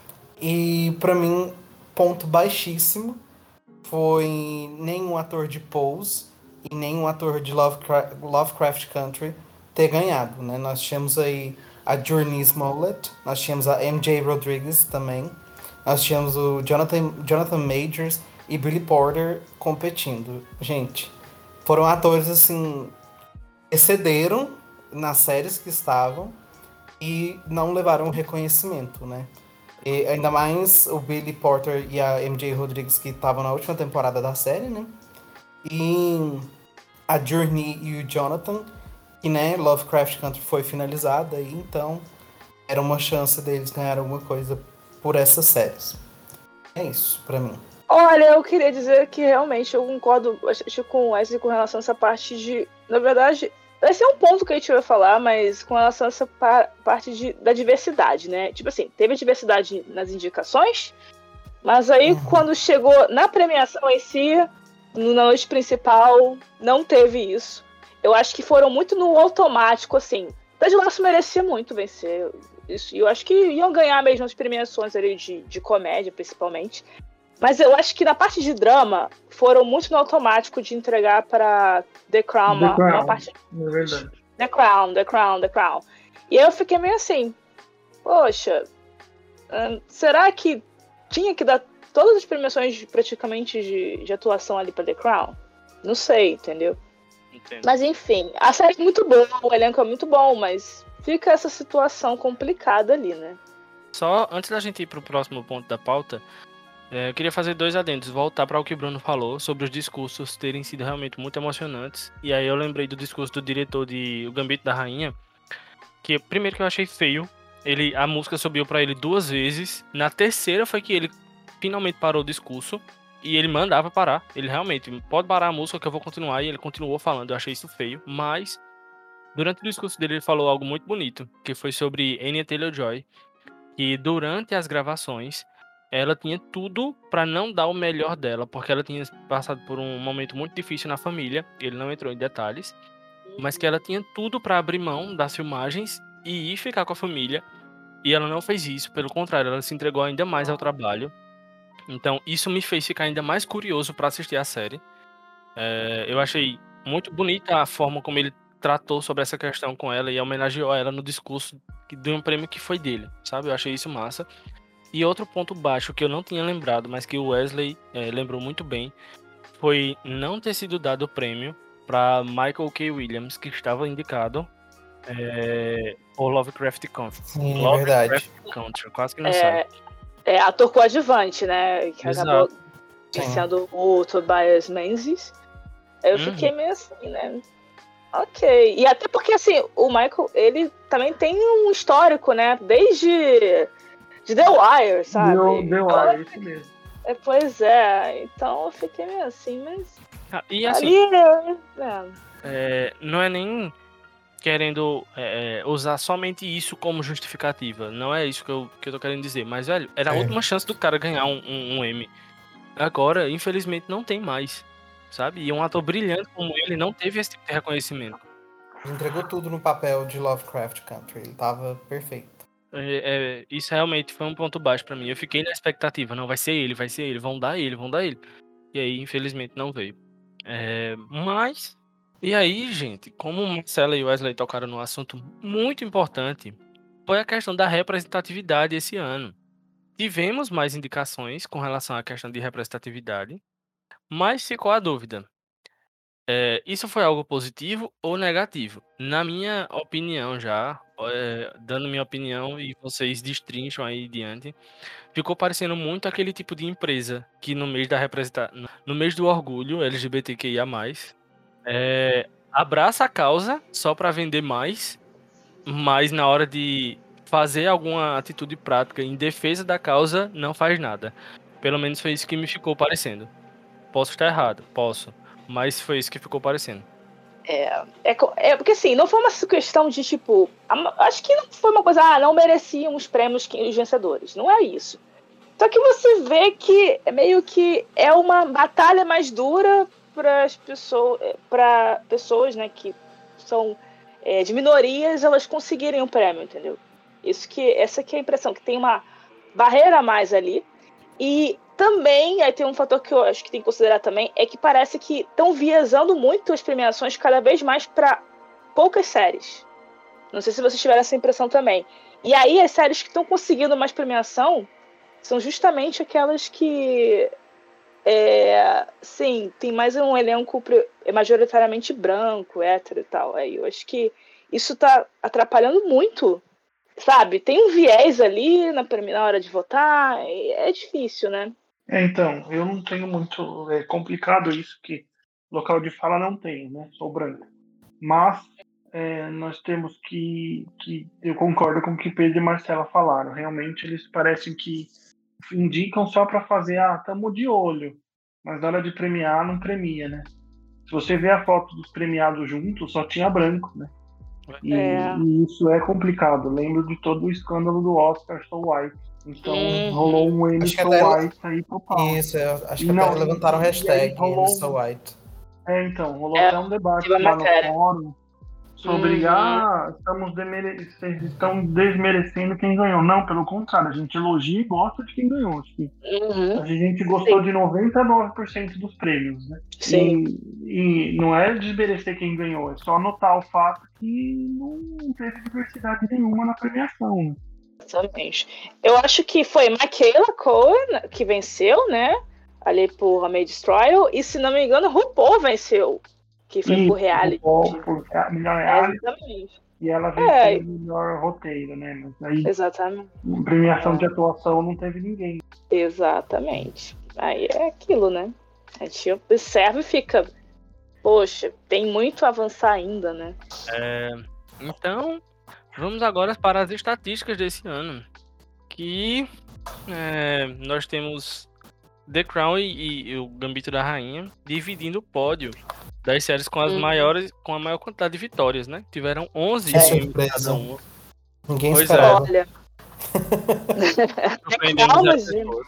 E pra mim, ponto baixíssimo foi nenhum ator de Pose e nenhum ator de Lovecraft Country ter ganhado, né? Nós tínhamos aí a Journey Smollett, nós tínhamos a MJ Rodriguez também, nós tínhamos o Jonathan Majors e Billy Porter competindo. Gente, foram atores, assim, excederam nas séries que estavam e não levaram reconhecimento, né? E ainda mais o Billy Porter e a MJ Rodriguez, que estavam na última temporada da série, né? E a Journey e o Jonathan, que, né, Lovecraft Country foi finalizada, e então era uma chance deles ganhar alguma coisa por essas séries. É isso, pra mim. Olha, eu queria dizer que realmente eu concordo com o Wesley com relação a essa parte de... Na verdade, esse é um ponto que a gente vai falar, mas com relação a essa parte da diversidade, né? Tipo assim, teve diversidade nas indicações, mas aí quando chegou na premiação em si, na noite principal, não teve isso. Eu acho que foram muito no automático, assim. Ted Lasso merecia muito vencer isso, e eu acho que iam ganhar mesmo as premiações ali de comédia, principalmente. Mas eu acho que na parte de drama, foram muito no automático de entregar para The Crown. Uma parte... É verdade. The Crown. E aí eu fiquei meio assim, poxa, será que tinha que dar todas as premiações praticamente de atuação ali para The Crown? Não sei, entendeu? Entendo. Mas enfim, a série é muito boa, o elenco é muito bom, mas fica essa situação complicada ali, né? Só antes da gente ir pro próximo ponto da pauta, eu queria fazer 2 adendos, voltar para o que o Bruno falou sobre os discursos terem sido realmente muito emocionantes. E aí eu lembrei do discurso do diretor de O Gambito da Rainha, que primeiro que eu achei feio, a música subiu para ele 2 vezes, na terceira foi que ele finalmente parou o discurso e ele mandava parar. Ele realmente, pode parar a música que eu vou continuar, e ele continuou falando. Eu achei isso feio, mas durante o discurso dele ele falou algo muito bonito, que foi sobre Anya Taylor-Joy, que durante as gravações ela tinha tudo pra não dar o melhor dela, porque ela tinha passado por um momento muito difícil na família, ele não entrou em detalhes, mas que ela tinha tudo pra abrir mão das filmagens e ir ficar com a família, e ela não fez isso, pelo contrário, ela se entregou ainda mais ao trabalho. Então, isso me fez ficar ainda mais curioso pra assistir a série. Eu achei muito bonita a forma como ele tratou sobre essa questão com ela e homenageou ela no discurso de um prêmio que foi dele, sabe? Eu achei isso massa. E outro ponto baixo que eu não tinha lembrado, mas que o Wesley lembrou muito bem, foi não ter sido dado o prêmio para Michael K. Williams, que estava indicado ao Lovecraft Country. Sim, Lovecraft verdade. Country, quase que não sai. Ator coadjuvante, né? Que acabou Sim. sendo o Tobias Menzies. Eu fiquei meio assim, né? Ok. E até porque, assim, o Michael, ele também tem um histórico, né? Desde de The Wire, sabe? The Wire, isso mesmo. Pois é. Então eu fiquei meio assim, mas... E assim, não é nem querendo usar somente isso como justificativa. Não é isso que eu tô querendo dizer. Mas, velho, era a última chance do cara ganhar um Emmy. Agora, infelizmente, não tem mais. Sabe? E um ator brilhante como ele não teve esse tipo de reconhecimento. Ele entregou tudo no papel de Lovecraft Country. Ele tava perfeito. Isso realmente foi um ponto baixo pra mim. Eu fiquei na expectativa. Não, vai ser ele. Vão dar ele. E aí, infelizmente, não veio. Mas... E aí, gente, como Marcela e Wesley tocaram num assunto muito importante, foi a questão da representatividade esse ano. Tivemos mais indicações com relação à questão de representatividade, mas ficou a dúvida. Isso foi algo positivo ou negativo? Na minha opinião já, dando minha opinião e vocês destrincham aí diante, ficou parecendo muito aquele tipo de empresa que no mês do orgulho LGBTQIA+, abraça a causa só para vender mais, mas na hora de fazer alguma atitude prática em defesa da causa, não faz nada. Pelo menos foi isso que me ficou parecendo. Posso estar errado, posso, mas foi isso que ficou parecendo. Porque assim, não foi uma questão de tipo, acho que não foi uma coisa, não mereciam os prêmios os vencedores, não é isso. Só que você vê que meio que é uma batalha mais dura para pessoas, né, que são de minorias, elas conseguirem o prêmio, entendeu? Essa que é a impressão, que tem uma barreira a mais ali. E também, aí tem um fator que eu acho que tem que considerar também, é que parece que estão viesando muito as premiações cada vez mais para poucas séries. Não sei se vocês tiveram essa impressão também. E aí as séries que estão conseguindo mais premiação são justamente aquelas que sim, tem mais um elenco majoritariamente branco, hétero e tal. Aí eu acho que isso tá atrapalhando muito, sabe? Tem um viés ali na hora de votar, é difícil, né? Então, eu não tenho muito... É complicado isso, que local de fala não tenho, né? Sou branco. Mas nós temos que... Eu concordo com o que Pedro e Marcela falaram. Realmente, eles parecem que indicam só para fazer, estamos de olho. Mas na hora de premiar, não premia, né? Se você vê a foto dos premiados juntos, só tinha branco, né? E isso é complicado. Lembro de todo o escândalo do Oscar So White. Então rolou um Emmy So White aí total. Isso, acho que até levantaram hashtag Emmy So White. Então, rolou até um debate lá no fórum sobre estão desmerecendo quem ganhou. Não, pelo contrário, a gente elogia e gosta de quem ganhou. Acho que a gente gostou de 99% dos prêmios, né? Sim. E não é desmerecer quem ganhou, é só notar o fato que não teve diversidade nenhuma na premiação, né? Exatamente. Eu acho que foi Michaela Coel que venceu, né? Ali por Handmaid's Trial, e se não me engano, RuPaul venceu, que foi por reality. Por melhor reality. Exatamente. E ela venceu o melhor roteiro, né? Mas aí, exatamente. Premiação de atuação não teve ninguém. Exatamente. Aí é aquilo, né? A gente observa e fica, poxa, tem muito a avançar ainda, né? Então, vamos agora para as estatísticas desse ano. Que nós temos The Crown e o Gambito da Rainha dividindo o pódio das séries com as maiores, com a maior quantidade de vitórias, né? Tiveram 11 cada uma. Ninguém esperava. Olha. Calma, gente.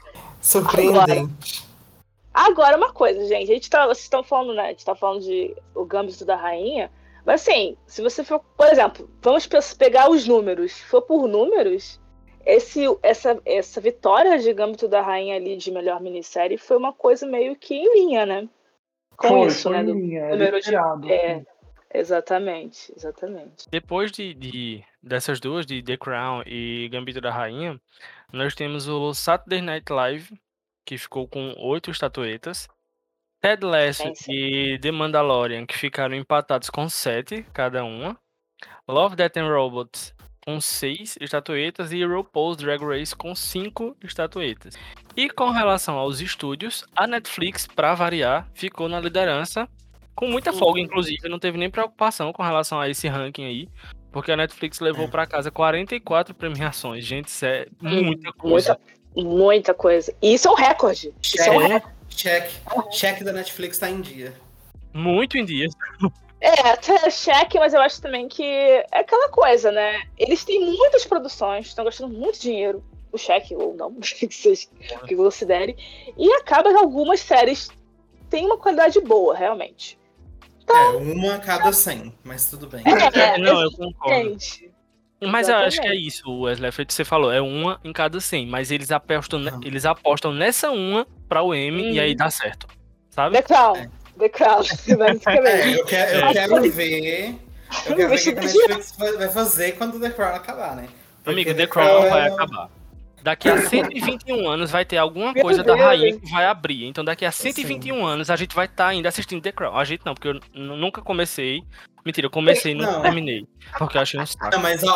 Surpreendente. Agora uma coisa, gente. Vocês estão falando, né? A gente tá falando de O Gambito da Rainha. Mas assim, se você for, por exemplo, vamos pegar os números. Se for por números, essa vitória de Gambito da Rainha ali de melhor minissérie foi uma coisa meio que em linha, né? Com isso, foi né? em linha, número esperado. Exatamente. Depois dessas duas, de The Crown e Gambito da Rainha, nós temos o Saturday Night Live, que ficou com 8 estatuetas. Ted Lasso e The Mandalorian, que ficaram empatados com 7 cada uma. Love, Death and Robots com 6 estatuetas e RuPaul's Drag Race com 5 estatuetas. E com relação aos estúdios, a Netflix, para variar, ficou na liderança com muita folga, inclusive, não teve nem preocupação com relação a esse ranking aí, porque a Netflix levou para casa 44 premiações. Gente, isso é muita coisa. Muita coisa. E isso é um recorde. Cheque da Netflix tá em dia. Muito em dia. Até cheque, mas eu acho também que é aquela coisa, né? Eles têm muitas produções, estão gastando muito dinheiro, o cheque ou não, que considere, e acaba que algumas séries têm uma qualidade boa, realmente. Então, uma a cada 100, mas tudo bem. Não, eu concordo. Mas eu acho que é isso, Wesley, foi o que você falou, é uma em cada 100, mas eles apostam nessa uma pra o Emmy e aí dá certo, sabe? The Crown, basicamente. Eu quero ver o que a Netflix vai fazer quando The Crown acabar, né? Porque amigo, The Crown vai acabar. Daqui a 121 anos vai ter alguma coisa da rainha que vai abrir. Então daqui a 121 anos a gente vai estar ainda assistindo The Crown. A gente não, porque eu nunca comecei. Mentira, eu comecei e nunca terminei. Porque eu achei um saco. Não, mas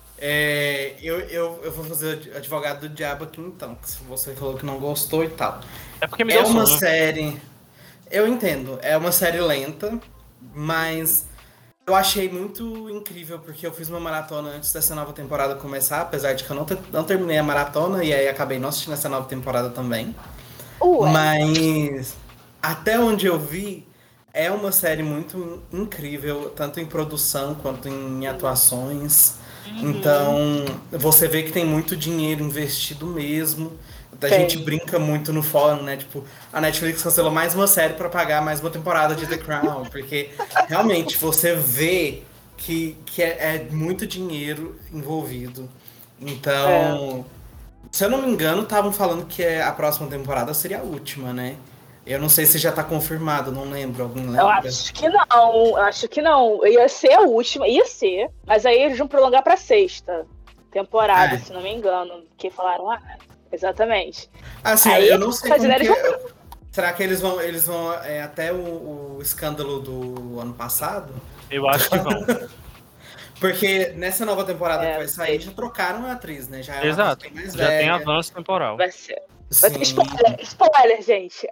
eu vou fazer advogado do diabo aqui então. Que você falou que não gostou e tal. É porque me deu sono. É uma série... Eu entendo, é uma série lenta, mas eu achei muito incrível, porque eu fiz uma maratona antes dessa nova temporada começar, apesar de que eu não terminei a maratona, e aí acabei não assistindo essa nova temporada também. Mas, até onde eu vi, é uma série muito incrível, tanto em produção quanto em atuações. Então, você vê que tem muito dinheiro investido mesmo. A gente brinca muito no fórum, né? Tipo, a Netflix cancelou mais uma série pra pagar mais uma temporada de The Crown. Porque, realmente, você vê que é muito dinheiro envolvido. Então, se eu não me engano, estavam falando que a próxima temporada seria a última, né? Eu não sei se já tá confirmado, não lembro. Alguém lembra? Eu acho que não. Ia ser a última, mas aí eles vão prolongar pra 6ª temporada, se não me engano. Que falaram, exatamente. Assim, aí, eu não sei como será que eles vão até o escândalo do ano passado? Eu acho que vão. Porque nessa nova temporada que vai sair, já trocaram a atriz, né? Já é uma atriz mais já velha. tem avanço temporal. Vai ter spoiler, gente.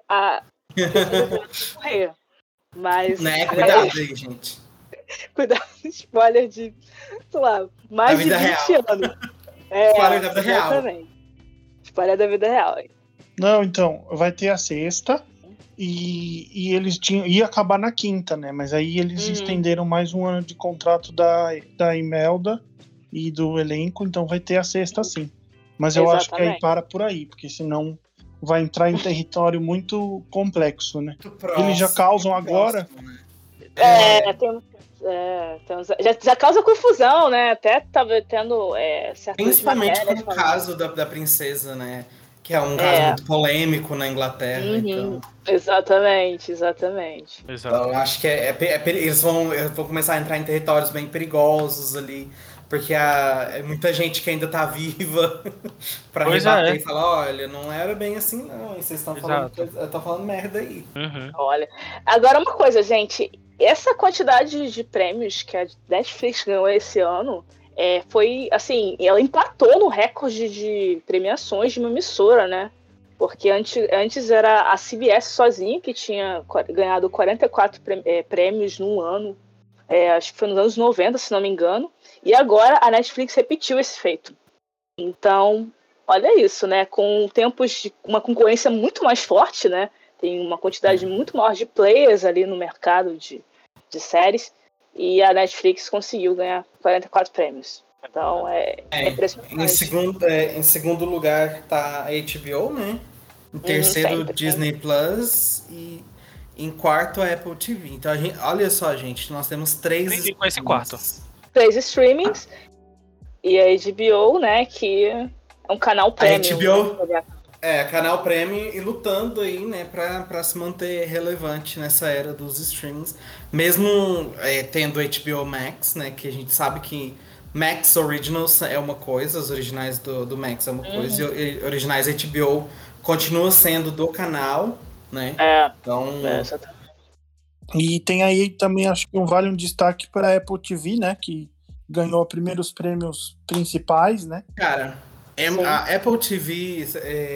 Mas... Né? Cuidado aí, gente. Cuidado, spoiler de, sei lá, mais de 20 anos. Spoiler da vida real. Spoiler da vida real. Não, então, vai ter a 6ª e eles ia acabar na 5ª, né? Mas aí eles estenderam mais um ano de contrato da Imelda e do elenco, então vai ter a 6ª sim. Mas eu acho que aí para por aí, porque senão vai entrar em território muito complexo, né? Eles já causam agora. Já causa confusão, né? Até tava tendo certas principalmente no caso da princesa, né? Que é um caso muito polêmico na Inglaterra. Então... Exatamente. Então, eu acho que eles vão começar a entrar em territórios bem perigosos ali, porque é muita gente que ainda tá viva pra rebater e falar, olha, não era bem assim não, e vocês estão falando merda aí. Olha, agora uma coisa, gente, essa quantidade de prêmios que a Netflix ganhou esse ano foi, assim, ela empatou no recorde de premiações de uma emissora, né? Porque antes era a CBS sozinha que tinha ganhado 44 prêmios num ano. Acho que foi nos anos 90, se não me engano. E agora a Netflix repetiu esse feito. Então, olha isso, né? Com tempos de uma concorrência muito mais forte, né? Tem uma quantidade muito maior de players ali no mercado de séries. E a Netflix conseguiu ganhar 44 prêmios. Então, é impressionante. Em segundo lugar tá a HBO, né? Em terceiro, sempre. Disney Plus. E em quarto, a Apple TV. Então, olha só, gente, nós temos 3 Entendi, com esse quarto. 3 streamings. E a HBO, né, que é um canal premium. HBO, né? canal premium e lutando aí, né, pra se manter relevante nessa era dos streamings. Mesmo tendo HBO Max, né, que a gente sabe que Max Originals é uma coisa, os originais do Max é uma coisa, e originais HBO continua sendo do canal, né? Então... E tem aí também, acho que vale um destaque para a Apple TV, né, que ganhou primeiros prêmios principais, né? Cara, a Apple TV,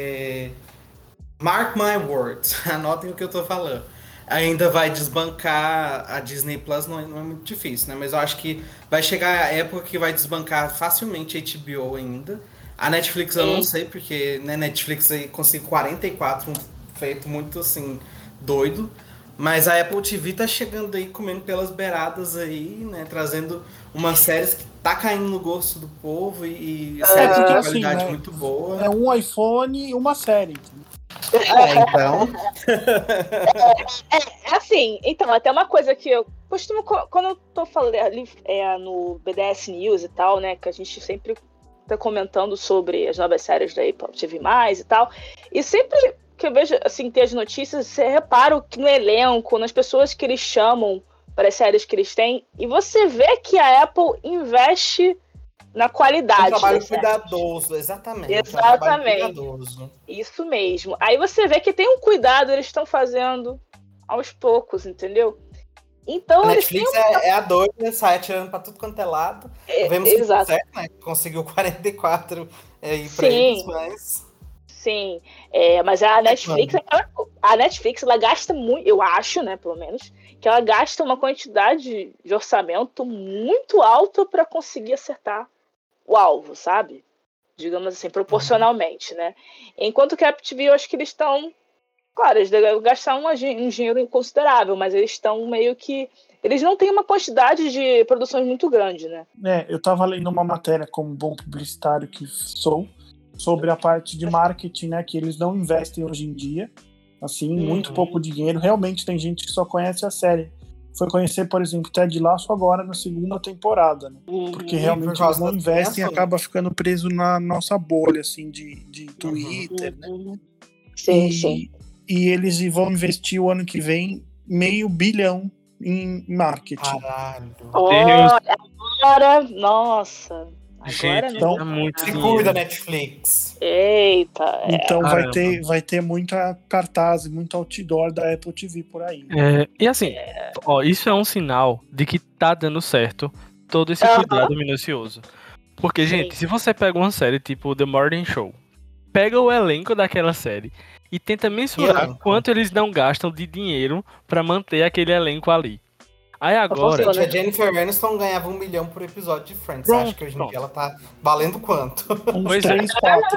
mark my words, anotem o que eu tô falando. Ainda vai desbancar a Disney Plus, não é muito difícil, né? Mas eu acho que vai chegar a época que vai desbancar facilmente a HBO ainda. A Netflix eu não sei, porque né, Netflix aí conseguiu 44, um feito muito assim, doido. Mas a Apple TV tá chegando aí, comendo pelas beiradas aí, né? Trazendo umas séries que tá caindo no gosto do povo e séries de qualidade assim, né, muito boa. É um iPhone e uma série. Então... assim, então, até uma coisa que eu costumo, quando eu tô falando ali no BDS News e tal, né, que a gente sempre tá comentando sobre as novas séries da Apple TV+, e tal, e sempre que eu vejo, assim, ter as notícias, você repara que no elenco, nas pessoas que eles chamam para as séries que eles têm, e você vê que a Apple investe na qualidade. Um trabalho cuidadoso, exatamente. Exatamente. Um cuidadoso. Isso mesmo. Aí você vê que tem um cuidado, eles estão fazendo aos poucos, entendeu? Então, a Netflix é a doida, sai atirando pra tudo quanto é lado. Vemos que tá certo, né? Conseguiu 44 aí pra eles, mas... Sim, mas a Netflix, ela gasta muito, eu acho, né, pelo menos, que ela gasta uma quantidade de orçamento muito alta para conseguir acertar o alvo, sabe? Digamos assim, proporcionalmente, né? Enquanto que a Apple TV, eu acho que eles estão... Claro, eles devem gastar um dinheiro considerável, mas eles estão meio que... Eles não têm uma quantidade de produções muito grande, né? Eu estava lendo uma matéria como bom publicitário que sou, sobre a parte de marketing, né, que eles não investem hoje em dia, assim, muito pouco dinheiro. Realmente tem gente que só conhece a série. Foi conhecer, por exemplo, Ted Lasso agora na segunda temporada, né? Porque realmente eles não investem e acaba ficando preso na nossa bolha, assim, de Twitter, né? Sim. E eles vão investir o ano que vem $500 milhão em marketing. Caralho. Agora, nossa... Gente, então, se cuida, Netflix. Eita. Então vai ter muita cartaz, muito outdoor da Apple TV por aí. E assim, isso é um sinal de que tá dando certo todo esse cuidado minucioso. Porque, gente, se você pega uma série tipo The Morning Show, pega o elenco daquela série e tenta mensurar quanto eles não gastam de dinheiro pra manter aquele elenco ali. Aí agora... A Jennifer Aniston ganhava $1 milhão por episódio de Friends. Você acha que hoje em dia ela tá valendo quanto? Uns 3, 4.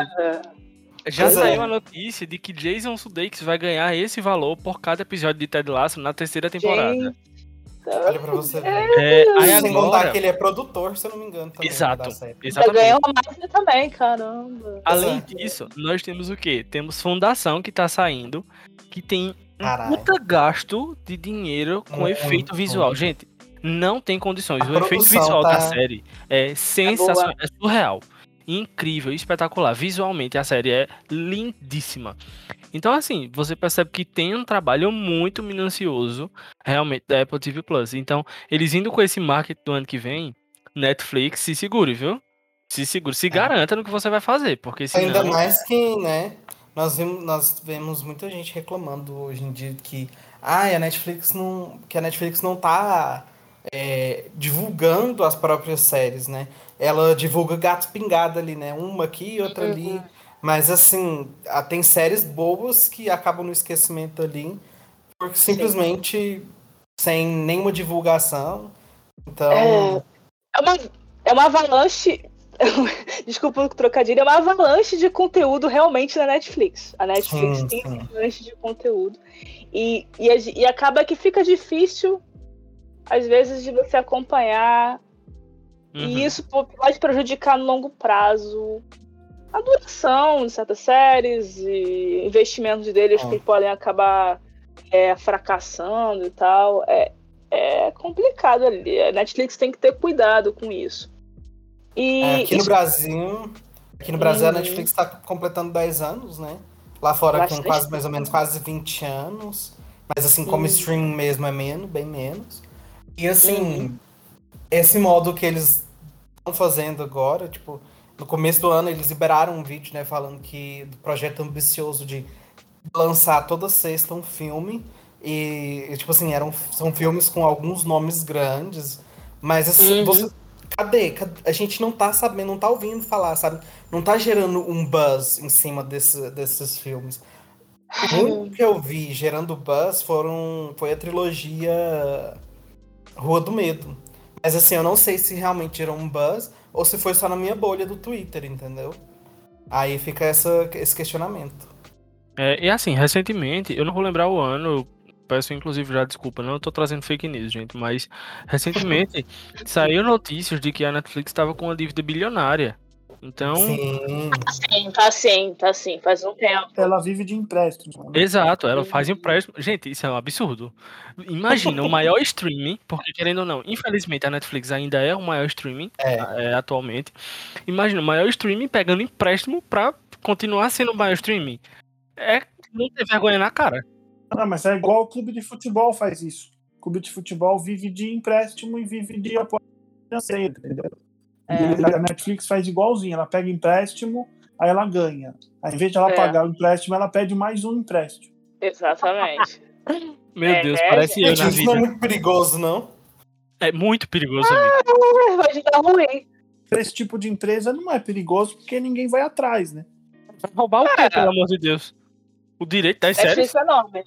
Já saiu a notícia de que Jason Sudeikis vai ganhar esse valor por cada episódio de Ted Lasso na terceira temporada. Olha pra você ver. Aí sem contar que ele é produtor, se eu não me engano. Também, exato. Exatamente. Ganhou mais também, caramba. Além disso, nós temos o quê? Temos Fundação que tá saindo, que tem puta gasto de dinheiro com efeito visual. Gente, não tem condições. O efeito visual da série é sensacional, é surreal. Incrível, espetacular. Visualmente a série é lindíssima. Então, assim, você percebe que tem um trabalho muito minucioso realmente da Apple TV Plus. Então, eles indo com esse marketing do ano que vem, Netflix, se segure, viu? Se segure, se garanta no que você vai fazer, porque senão... Ainda mais que, né, nós vemos muita gente reclamando hoje em dia que a Netflix não tá divulgando as próprias séries, né? Ela divulga Gato Pingado ali, né? Uma aqui, outra ali. Mas, assim, tem séries boas que acabam no esquecimento ali, porque simplesmente sem nenhuma divulgação. Então... É uma avalanche... Desculpa o trocadilho, é uma avalanche de conteúdo realmente na Netflix. A Netflix tem uma avalanche de conteúdo. E acaba que fica difícil, às vezes, de você acompanhar. E isso pode prejudicar no longo prazo a duração de certas séries e investimentos deles que podem acabar fracassando e tal. É complicado ali. A Netflix tem que ter cuidado com isso. E aqui no Brasil, a Netflix está completando 10 anos, né? Lá fora com quase 20 anos. Mas assim, como stream mesmo é bem menos. E assim, esse modo que eles estão fazendo agora, tipo, no começo do ano eles liberaram um vídeo, né, falando do projeto ambicioso de lançar toda sexta um filme. E tipo assim, são filmes com alguns nomes grandes. Mas assim, cadê? A gente não tá sabendo, não tá ouvindo falar, sabe? Não tá gerando um buzz em cima desses filmes. O único que eu vi gerando buzz foi a trilogia Rua do Medo. Mas assim, eu não sei se realmente gerou um buzz ou se foi só na minha bolha do Twitter, entendeu? Aí fica esse questionamento. E assim, recentemente, eu não vou lembrar o ano, peço inclusive já desculpa, não tô trazendo fake news, gente, mas recentemente saiu notícias de que a Netflix estava com uma dívida bilionária. Então. Sim. Tá sim, faz um tempo. Ela vive de empréstimo. Né? Exato, ela faz empréstimo. Gente, isso é um absurdo. Imagina, o maior streaming, porque querendo ou não, infelizmente a Netflix ainda é o maior streaming atualmente. Imagina, o maior streaming pegando empréstimo pra continuar sendo o maior streaming. Não ter vergonha na cara. Não, mas é igual o clube de futebol faz isso. O clube de futebol vive de empréstimo e vive de apoio financeiro, entendeu? A Netflix faz igualzinho, ela pega empréstimo, aí ela ganha. Aí, em vez de ela pagar o empréstimo, ela pede mais um empréstimo. Exatamente. Meu Deus, parece eu na vida. Isso não é muito perigoso, não? É muito perigoso, amigo. Vai dar ruim. Esse tipo de empresa não é perigoso porque ninguém vai atrás, né? Vai roubar o quê, pelo amor de Deus? O direito das séries? É enorme.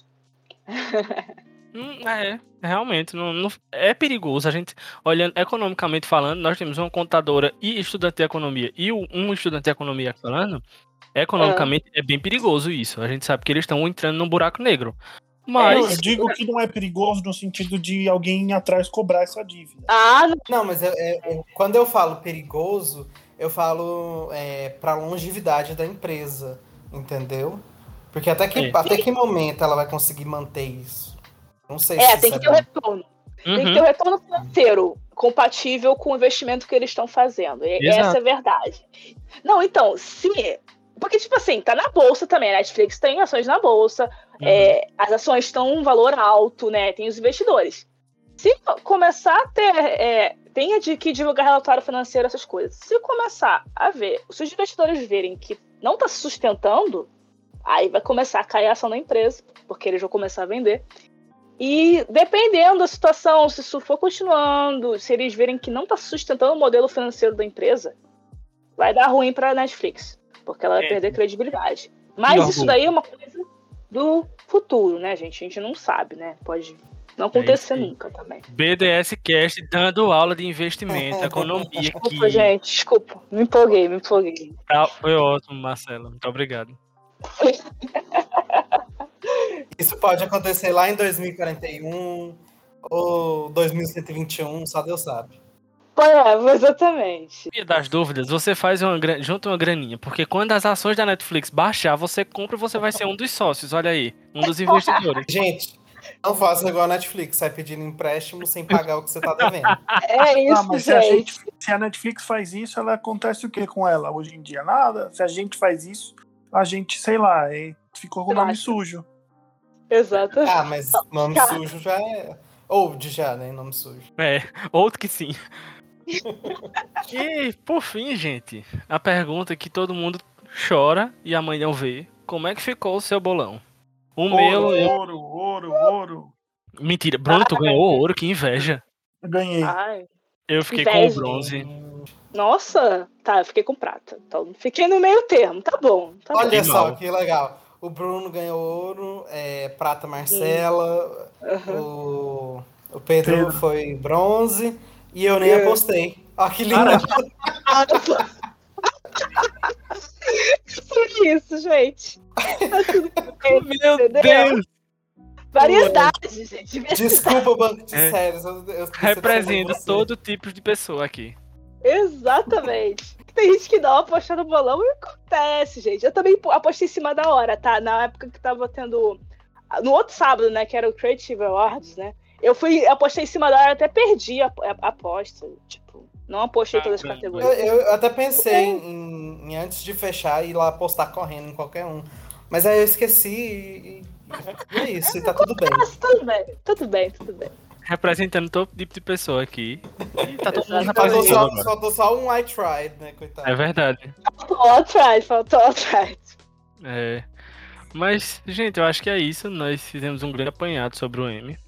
Realmente, não é perigoso. A gente, olhando economicamente falando, nós temos uma contadora e estudante de economia e um estudante de economia falando, economicamente é bem perigoso isso. A gente sabe que eles estão entrando num buraco negro. Mas eu digo que não é perigoso no sentido de alguém ir atrás cobrar essa dívida. Não, mas quando eu falo perigoso, eu falo para a longevidade da empresa, entendeu? Porque até que momento ela vai conseguir manter isso? Não sei se tem que ter o retorno. Tem que ter o retorno financeiro compatível com o investimento que eles estão fazendo. Essa é a verdade. Não, então, porque, tipo assim, tá na bolsa também. A Netflix tem ações na bolsa, as ações estão em um valor alto, né? Tem os investidores. Se começar a ter. Tem que divulgar relatório financeiro, essas coisas. Se começar a ver, se os investidores verem que não tá se sustentando, aí vai começar a cair a ação da empresa, porque eles vão começar a vender. E dependendo da situação, se isso for continuando, se eles verem que não está sustentando o modelo financeiro da empresa, vai dar ruim para a Netflix, porque ela vai perder credibilidade. Mas isso daí é uma coisa do futuro, né, gente? A gente não sabe, né? Pode não acontecer nunca também. BDS Cast dando aula de investimento, economia aqui. Desculpa, gente, desculpa. Me empolguei. Foi ótimo, Marcelo. Muito obrigado. Isso pode acontecer lá em 2041 ou 2121, só Deus sabe. Exatamente. E das dúvidas, você faz junta uma graninha, porque quando as ações da Netflix baixar, você compra e você vai ser um dos sócios, olha aí, um dos investidores. Gente, não faça igual a Netflix, sai pedindo empréstimo sem pagar o que você tá devendo. É isso, mas gente. Se a Netflix faz isso, ela acontece o que com ela? Hoje em dia, nada. Se a gente faz isso, a gente, sei lá, ficou com o nome sujo. Exato. Mas nome sujo já é... Old já, né? Nome sujo. Outro que sim. E, por fim, gente, a pergunta que todo mundo chora e amanhã vê. Como é que ficou o seu bolão? Ouro. Mentira, Bruno, tu ganhou ouro, que inveja. Eu ganhei. Eu fiquei com o bronze. Nossa, eu fiquei com prata. Então, fiquei no meio termo, tá bom. Olha só, que legal. O Bruno ganhou ouro, prata Marcela, o Pedro foi bronze e eu nem apostei. Olha que lindo. Que isso, gente? Meu Deus! Variedade, gente. Desculpa, banco de séries. Representa todo tipo de pessoa aqui. Exatamente. Tem gente que dá uma aposta no bolão e acontece, gente. Eu também apostei em cima da hora, tá? Na época que tava tendo... No outro sábado, né? Que era o Creative Awards, né? Eu apostei em cima da hora, até perdi a aposta. Tipo, não apostei em todas as categorias. Eu até pensei em antes de fechar, ir lá apostar correndo em qualquer um. Mas aí eu esqueci e é isso, e tá tudo bem. Tudo bem. Representando todo tipo de pessoa aqui. E tá todo mundo Exatamente. representando agora. Faltou só um I tried, né, coitado. É verdade. Faltou atrás. É. Mas, gente, eu acho que é isso. Nós fizemos um grande apanhado sobre o Emmy.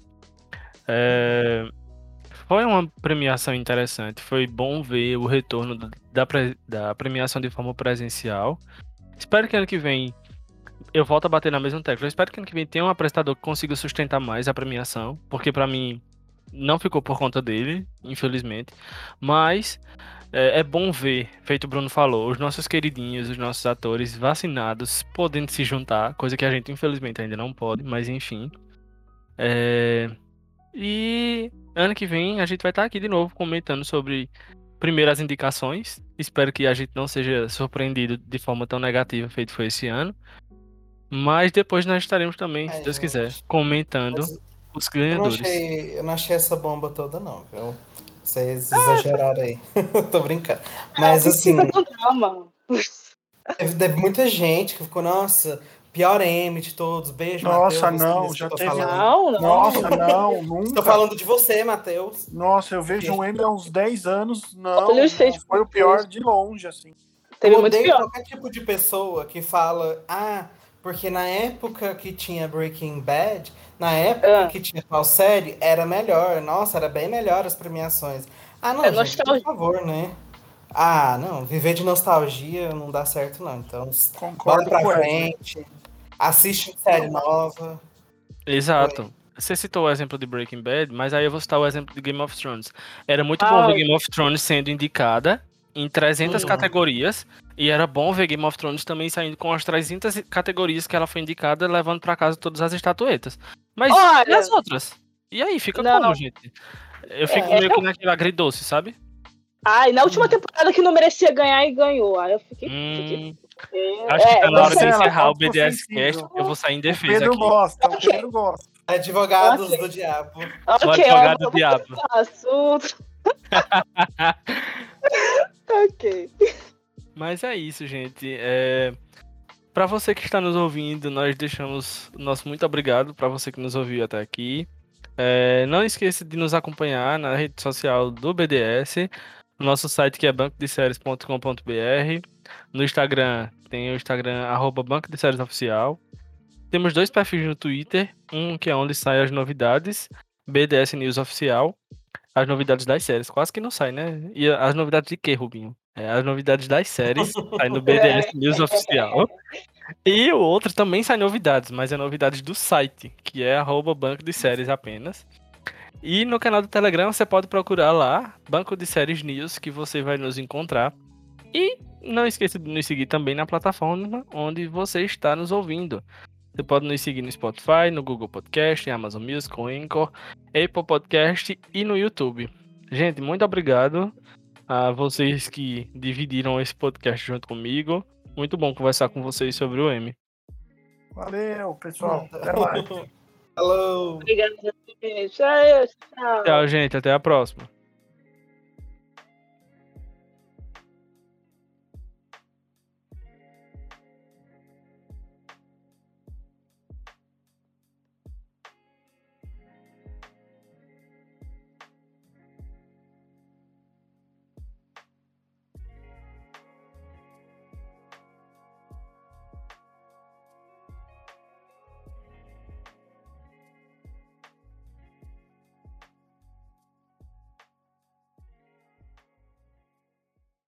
Foi uma premiação interessante. Foi bom ver o retorno da premiação de forma presencial. Espero que ano que vem eu volto a bater na mesma tecla. Eu espero que ano que vem tenha um apresentador que consiga sustentar mais a premiação, porque pra mim não ficou por conta dele, infelizmente. Mas é bom ver, feito o Bruno falou, os nossos queridinhos, os nossos atores vacinados podendo se juntar, coisa que a gente infelizmente ainda não pode, mas enfim. E ano que vem a gente vai estar aqui de novo comentando sobre primeiro as indicações. Espero que a gente não seja surpreendido de forma tão negativa feito foi esse ano. Mas depois nós estaremos também, se Deus quiser, comentando os ganhadores. Eu não achei essa bomba toda, não, viu? Vocês exageraram aí. Tô brincando. Mas assim, teve muita gente que ficou, nossa, pior M de todos. Beijo, Nossa, Matheus. não, já teve. Não. Nossa, não, nunca. Tô falando de você, Matheus. Nossa, eu vejo o M há uns 10 anos. Não, Olha, não foi o pior de longe, assim. Teve Eu muito odeio pior. qualquer tipo de pessoa que fala, porque na época que tinha Breaking Bad, na época que tinha qual série, era melhor. Nossa, era bem melhor as premiações. Não, gente, nostalgia. por favor, né? Não, viver de nostalgia não dá certo, não. Então, Concordo bora com pra ela. frente, assiste série nova. Exato. Você citou o exemplo de Breaking Bad, mas aí eu vou citar o exemplo de Game of Thrones. Era muito bom ver Game of Thrones sendo indicada em 300 categorias, e era bom ver Game of Thrones também saindo com as 300 categorias que ela foi indicada, levando pra casa todas as estatuetas. Mas e as outras? E aí, fica como, gente? Eu fico meio que naquele agridoce, sabe? E na última temporada que não merecia ganhar e ganhou. Aí eu fiquei... Acho que tá na hora de Marcela, encerrar o pode ser BDS Cast, sensível. eu vou sair em O defesa Pedro aqui. gosta. Advogados do diabo. O advogado do diabo. Assunto. Ok. Mas é isso, gente. Pra você que está nos ouvindo, nós deixamos o nosso muito obrigado pra você que nos ouviu até aqui. Não esqueça de nos acompanhar na rede social do BDS, no nosso site que é bancodeséries.com.br. No Instagram, tem o Instagram @bancodeseriesoficial. Temos 2 perfis no Twitter, um que é onde saem as novidades, BDS News Oficial, as novidades das séries, quase que não sai, né? E as novidades de quê, Rubinho? As novidades das séries saem no BDS News Oficial. E o outro também sai novidades, mas é novidades do site, que é @banco de séries apenas. E no canal do Telegram você pode procurar lá, Banco de Séries News, que você vai nos encontrar. E não esqueça de nos seguir também na plataforma onde você está nos ouvindo. Você pode nos seguir no Spotify, no Google Podcast, Amazon Music, Anchor, Apple Podcast e no YouTube. Gente, muito obrigado a vocês que dividiram esse podcast junto comigo. Muito bom conversar com vocês sobre o Emmy. Valeu, pessoal. Até mais. Hello. Obrigada, gente. Tchau. Tchau, gente. Até a próxima.